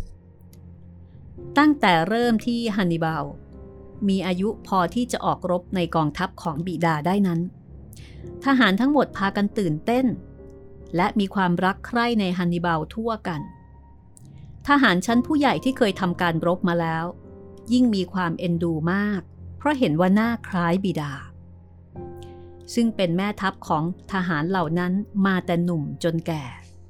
ตั้งแต่เริ่มที่ฮันนิบาลมีอายุพอที่จะออกรบในกองทัพของบิดาได้นั้นทหารทั้งหมดพากันตื่นเต้นและมีความรักใคร่ในฮันนิบาลทั่วกันทหารชั้นผู้ใหญ่ที่เคยทำการรบมาแล้วยิ่งมีความเอ็นดูมากเพราะเห็นว่าหน้าคล้ายบิดาซึ่งเป็นแม่ทัพของทหารเหล่านั้นมาแต่หนุ่มจนแก่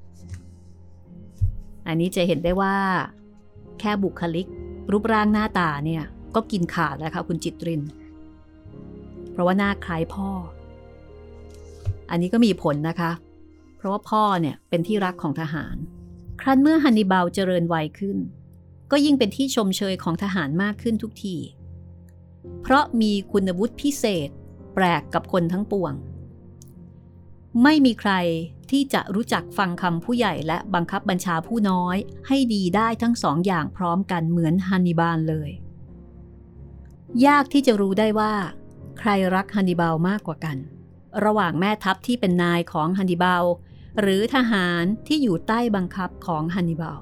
อันนี้จะเห็นได้ว่าแค่บุคลิกรูปร่างหน้าตาเนี่ยก็กินขาดแล้วค่ะคุณจิตรินเพราะว่าหน้าคล้ายพ่ออันนี้ก็มีผลนะคะเพราะว่าพ่อเนี่ยเป็นที่รักของทหารครั้นเมื่อฮันนิบาลเจริญวัยขึ้นก็ยิ่งเป็นที่ชมเชยของทหารมากขึ้นทุกทีเพราะมีคุณวุฒิพิเศษแปลกกับคนทั้งปวงไม่มีใครที่จะรู้จักฟังคำผู้ใหญ่และบังคับบัญชาผู้น้อยให้ดีได้ทั้งสองอย่างพร้อมกันเหมือนฮันนิบาลเลยยากที่จะรู้ได้ว่าใครรักฮันนิบาลมากกว่ากันระหว่างแม่ทัพที่เป็นนายของฮันนิบาลหรือทหารที่อยู่ใต้บังคับของฮันนิบาล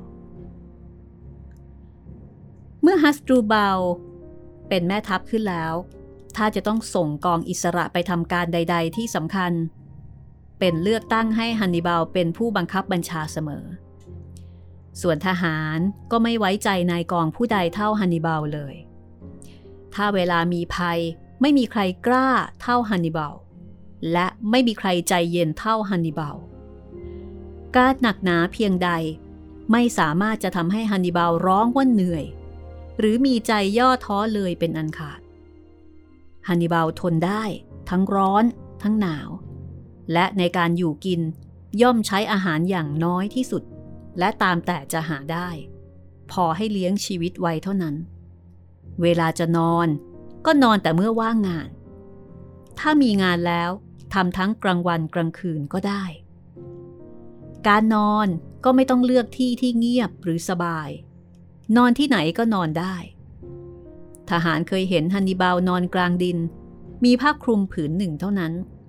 เมื่อฮัสดรูบัลเป็นแม่ทัพขึ้นแล้วถ้าจะต้องส่งกองอิสระไปทำการใดๆที่สำคัญเป็นเลือกตั้งให้ฮันนิบาลเป็นผู้บังคับบัญชาเสมอส่วนทหารก็ไม่ไว้ใจนายกองผู้ใดเท่าฮันนิบาลเลยถ้าเวลามีภัยไม่มีใครกล้าเท่าฮันนิบาลและไม่มีใครใจเย็นเท่าฮันนิบาลการหนักหนาเพียงใดไม่สามารถจะทำให้ฮันนิบาลร้องว่าเหนื่อยหรือมีใจย่อท้อเลยเป็นอันขาดฮันนิบาลทนได้ทั้งร้อนทั้งหนาวและในการอยู่กินย่อมใช้อาหารอย่างน้อยที่สุดและตามแต่จะหาได้พอให้เลี้ยงชีวิตไว้เท่านั้นเวลาจะนอนก็นอนแต่เมื่อว่างงานถ้ามีงานแล้วทำทั้งกลางวันกลางคืนก็ได้การนอนก็ไม่ต้องเลือกที่ที่เงียบหรือสบายนอนที่ไหนก็นอนได้ทหารเคยเห็นฮันนิบาลนอนกลางดินมีผ้าคลุมผืนหนึ่งเท่านั้น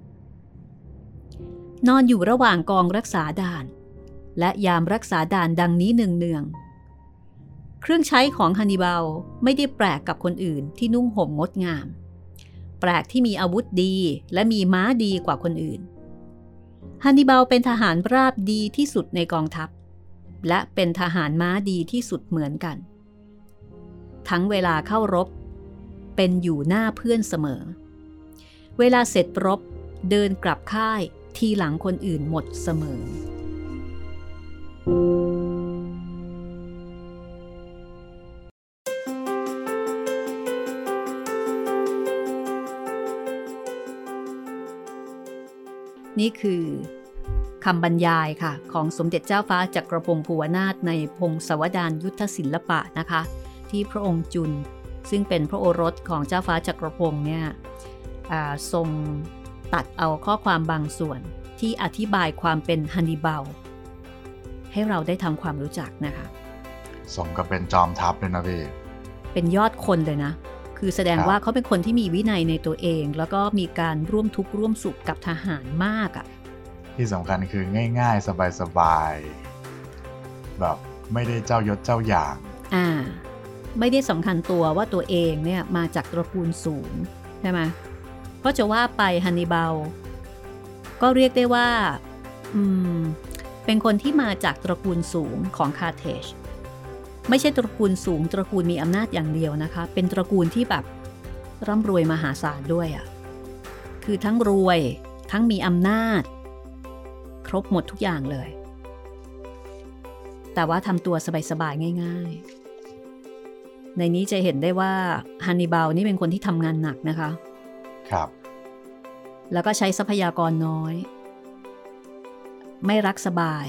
นอนอยู่ระหว่างกองรักษาด่านและยามรักษาด่านดังนี้เนืองๆเครื่องใช้ของฮันนิบาลไม่ได้แปลกกับคนอื่นที่นุ่งห่มงดงามแปลกที่มีอาวุธดีและมีม้าดีกว่าคนอื่นฮันนิบาลเป็นทหารราบดีที่สุดในกองทัพและเป็นทหารม้าดีที่สุดเหมือนกันทั้งเวลาเข้ารบเป็นอยู่หน้าเพื่อนเสมอเวลาเสร็จรบเดินกลับค่ายทีหลังคนอื่นหมดเสมอนี่คือคำบรรยายค่ะของสมเด็จเจ้าฟ้าจักรพงศ์ภูวนาถในพงศาวดารยุทธศิลปะนะคะที่พระองค์จุลซึ่งเป็นพระโอรสของเจ้าฟ้าจักรพงศ์เนี่ยทรงตัดเอาข้อความบางส่วนที่อธิบายความเป็นฮันนิบาลให้เราได้ทำความรู้จักนะคะสมกับเป็นจอมทัพเลยนะพี่เป็นยอดคนเลยนะคือแสดงว่าเขาเป็นคนที่มีวินัยในตัวเองแล้วก็มีการร่วมทุกข์ร่วมสุขกับทหารมากอ่ะที่สำคัญคือง่ายๆสบายๆแบบไม่ได้เจ้ายศเจ้าอย่างอ่าไม่ได้สำคัญตัวว่าตัวเองเนี่ยมาจากตระกูลสูงใช่ไหมเพราะจะว่าไปฮันนิบาลก็เรียกได้ว่าอืมเป็นคนที่มาจากตระกูลสูงของคาร์เทจไม่ใช่ตระกูลสูงตระกูลมีอำนาจอย่างเดียวนะคะเป็นตระกูลที่แบบร่ำรวยมหาศาลด้วยอ่ะคือทั้งรวยทั้งมีอำนาจครบหมดทุกอย่างเลยแต่ว่าทำตัวสบายๆง่ายๆในนี้จะเห็นได้ว่าฮันนิบาลนี่เป็นคนที่ทำงานหนักนะคะครับแล้วก็ใช้ทรัพยากรน้อยไม่รักสบาย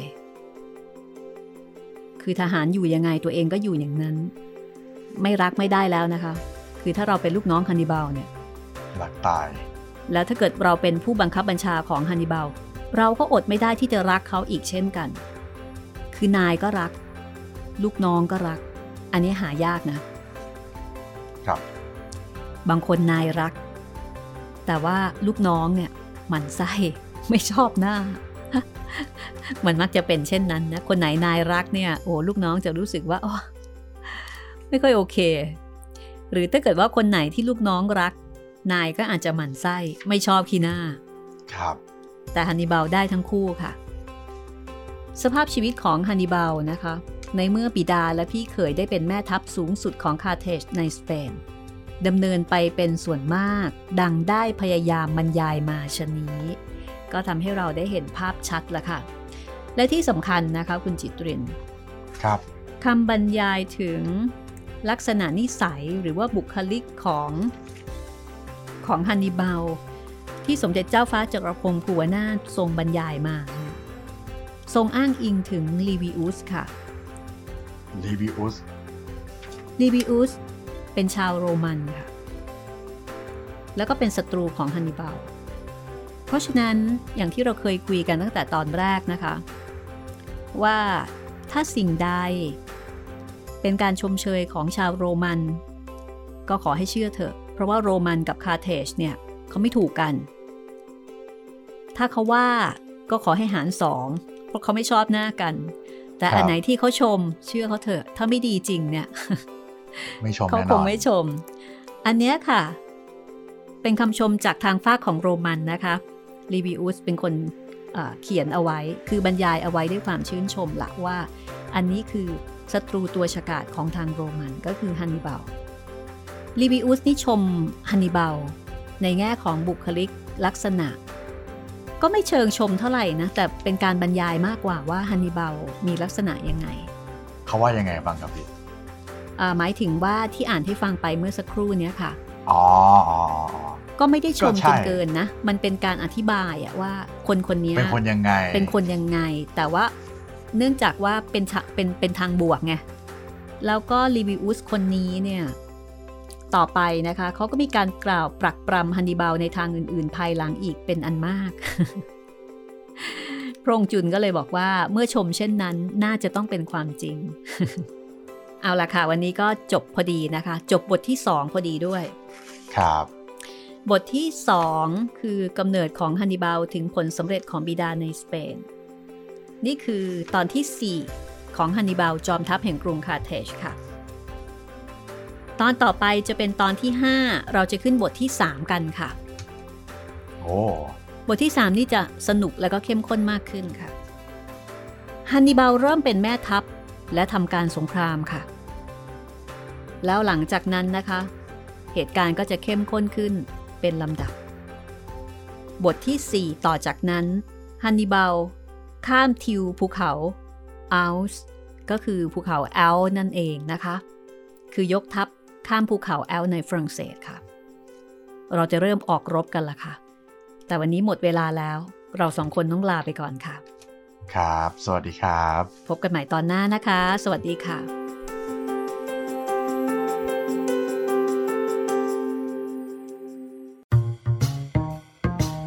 คือทหารอยู่ยังไงตัวเองก็อยู่อย่างนั้นไม่รักไม่ได้แล้วนะคะคือถ้าเราเป็นลูกน้องฮันนิบาลเนี่ยรักตายแล้วถ้าเกิดเราเป็นผู้บังคับบัญชาของฮันนิบาลเราก็อดไม่ได้ที่จะรักเขาอีกเช่นกันคือนายก็รักลูกน้องก็รักอันนี้หายากนะครับบางคนนายรักแต่ว่าลูกน้องเนี่ยหมั่นไส้ไม่ชอบหน้ามันมักจะเป็นเช่นนั้นนะคนไหนนายรักเนี่ยโอ้ลูกน้องจะรู้สึกว่าอ๋อไม่ค่อยโอเคหรือถ้าเกิดว่าคนไหนที่ลูกน้องรักนายก็อาจจะหมั่นไส้ไม่ชอบขี้หน้าครับแต่ฮันนิบาลได้ทั้งคู่ค่ะสภาพชีวิตของฮันนิบาลนะคะในเมื่อบิดาและพี่เขยได้เป็นแม่ทัพสูงสุดของคาร์เทจในสเปนดำเนินไปเป็นส่วนมากดังได้พยายามบรรยายมาชะนี้ก็ทำให้เราได้เห็นภาพชัดละค่ะและที่สำคัญนะคะคุณจิตรินครับคำบรรยายถึงลักษณะนิสัยหรือว่าบุคลิกของของฮันนิบาลที่สมเด็จเจ้าฟ้าจักรพงศ์ภูวนาถทรงบรรยายมาทรงอ้างอิงถึงลีวิอุสค่ะลีวิอุสลีวิอุสเป็นชาวโรมันค่ะแล้วก็เป็นศัตรูของฮันนิบาลเพราะฉะนั้นอย่างที่เราเคยคุยกันตั้งแต่ตอนแรกนะคะว่าถ้าสิ่งใดเป็นการชมเชยของชาวโรมันก็ขอให้เชื่อเถอะเพราะว่าโรมันกับคาร์เทจเนี่ยเขาไม่ถูกกันถ้าเขาว่าก็ขอให้หารสองเพราะเขาไม่ชอบหน้ากันแต่อันไหนที่เขาชมเชื่อเขาเถอะถ้าไม่ดีจริงเนี่ยไม่ชมเขาคงไม่ชมอันเนี้ยค่ะเป็นคำชมจากทางฝากของโรมันนะคะลีวิอุสเป็นคนเอ่อเขียนเอาไว้คือบรรยายเอาไว้ด้วยความชื่นชมละว่าอันนี้คือศัตรูตัวฉกาจของทางโรมันก็คือฮันนิบาลลีวิอุสนี่ชมฮันนิบาลในแง่ของบุคลิกลักษณะก็ไม่เชิงชมเท่าไหร่นะแต่เป็นการบรรยายมากกว่าว่าฮันนิบาลมีลักษณะยังไงเขาว่ายังไงบ้างครับพี่หมายถึงว่าที่อ่านให้ฟังไปเมื่อสักครู่นี้ค่ะอ๋อก็ไม่ได้ชมจนเกินนะมันเป็นการอธิบายอะว่าคนคนนี้เป็นคนยังไงเป็นคนยังไงแต่ว่าเนื่องจากว่าเป็นเป็นเป็นทางบวกไงแล้วก็ลีวิอุสคนนี้เนี่ยต่อไปนะคะเขาก็มีการกล่าวปรักปรำฮันนิบาลในทางอื่นๆภายหลังอีกเป็นอันมากพระองค์จุนก็เลยบอกว่าเมื่อชมเช่นนั้นน่าจะต้องเป็นความจริง เอาล่ะค่ะวันนี้ก็จบพอดีนะคะจบบทที่สองพอดีด้วยครับบทที่สองคือกำเนิดของฮันนิบาลถึงผลสำเร็จของบิดาในสเปนนี่คือตอนที่สี่ของฮันนิบาลจอมทัพแห่งกรุงคาร์เทจค่ะตอนต่อไปจะเป็นตอนที่ห้าเราจะขึ้นบทที่สามกันค่ะโอ้บทที่สามนี่จะสนุกและก็เข้มข้นมากขึ้นค่ะฮันนิบาลเริ่มเป็นแม่ทัพและทำการสงครามค่ะแล้วหลังจากนั้นนะคะเหตุการณ์ก็จะเข้มข้นขึ้นเป็นลำดับบทที่สี่ต่อจากนั้นฮันนิบาลข้ามทิวภูเขาอัลส์ก็คือภูเขาแอลนั่นเองนะคะคือยกทัพข้ามภูเขาแอลในฝรั่งเศสค่ะเราจะเริ่มออกรบกันละค่ะแต่วันนี้หมดเวลาแล้วเราสองคนต้องลาไปก่อนค่ะครับสวัสดีครับพบกันใหม่ตอนหน้านะคะสวัสดีค่ะ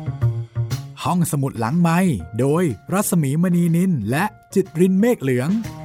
ห้องสมุดหลังไมค์โดยรัศมีมณีนินและจิตรินเมฆเหลือง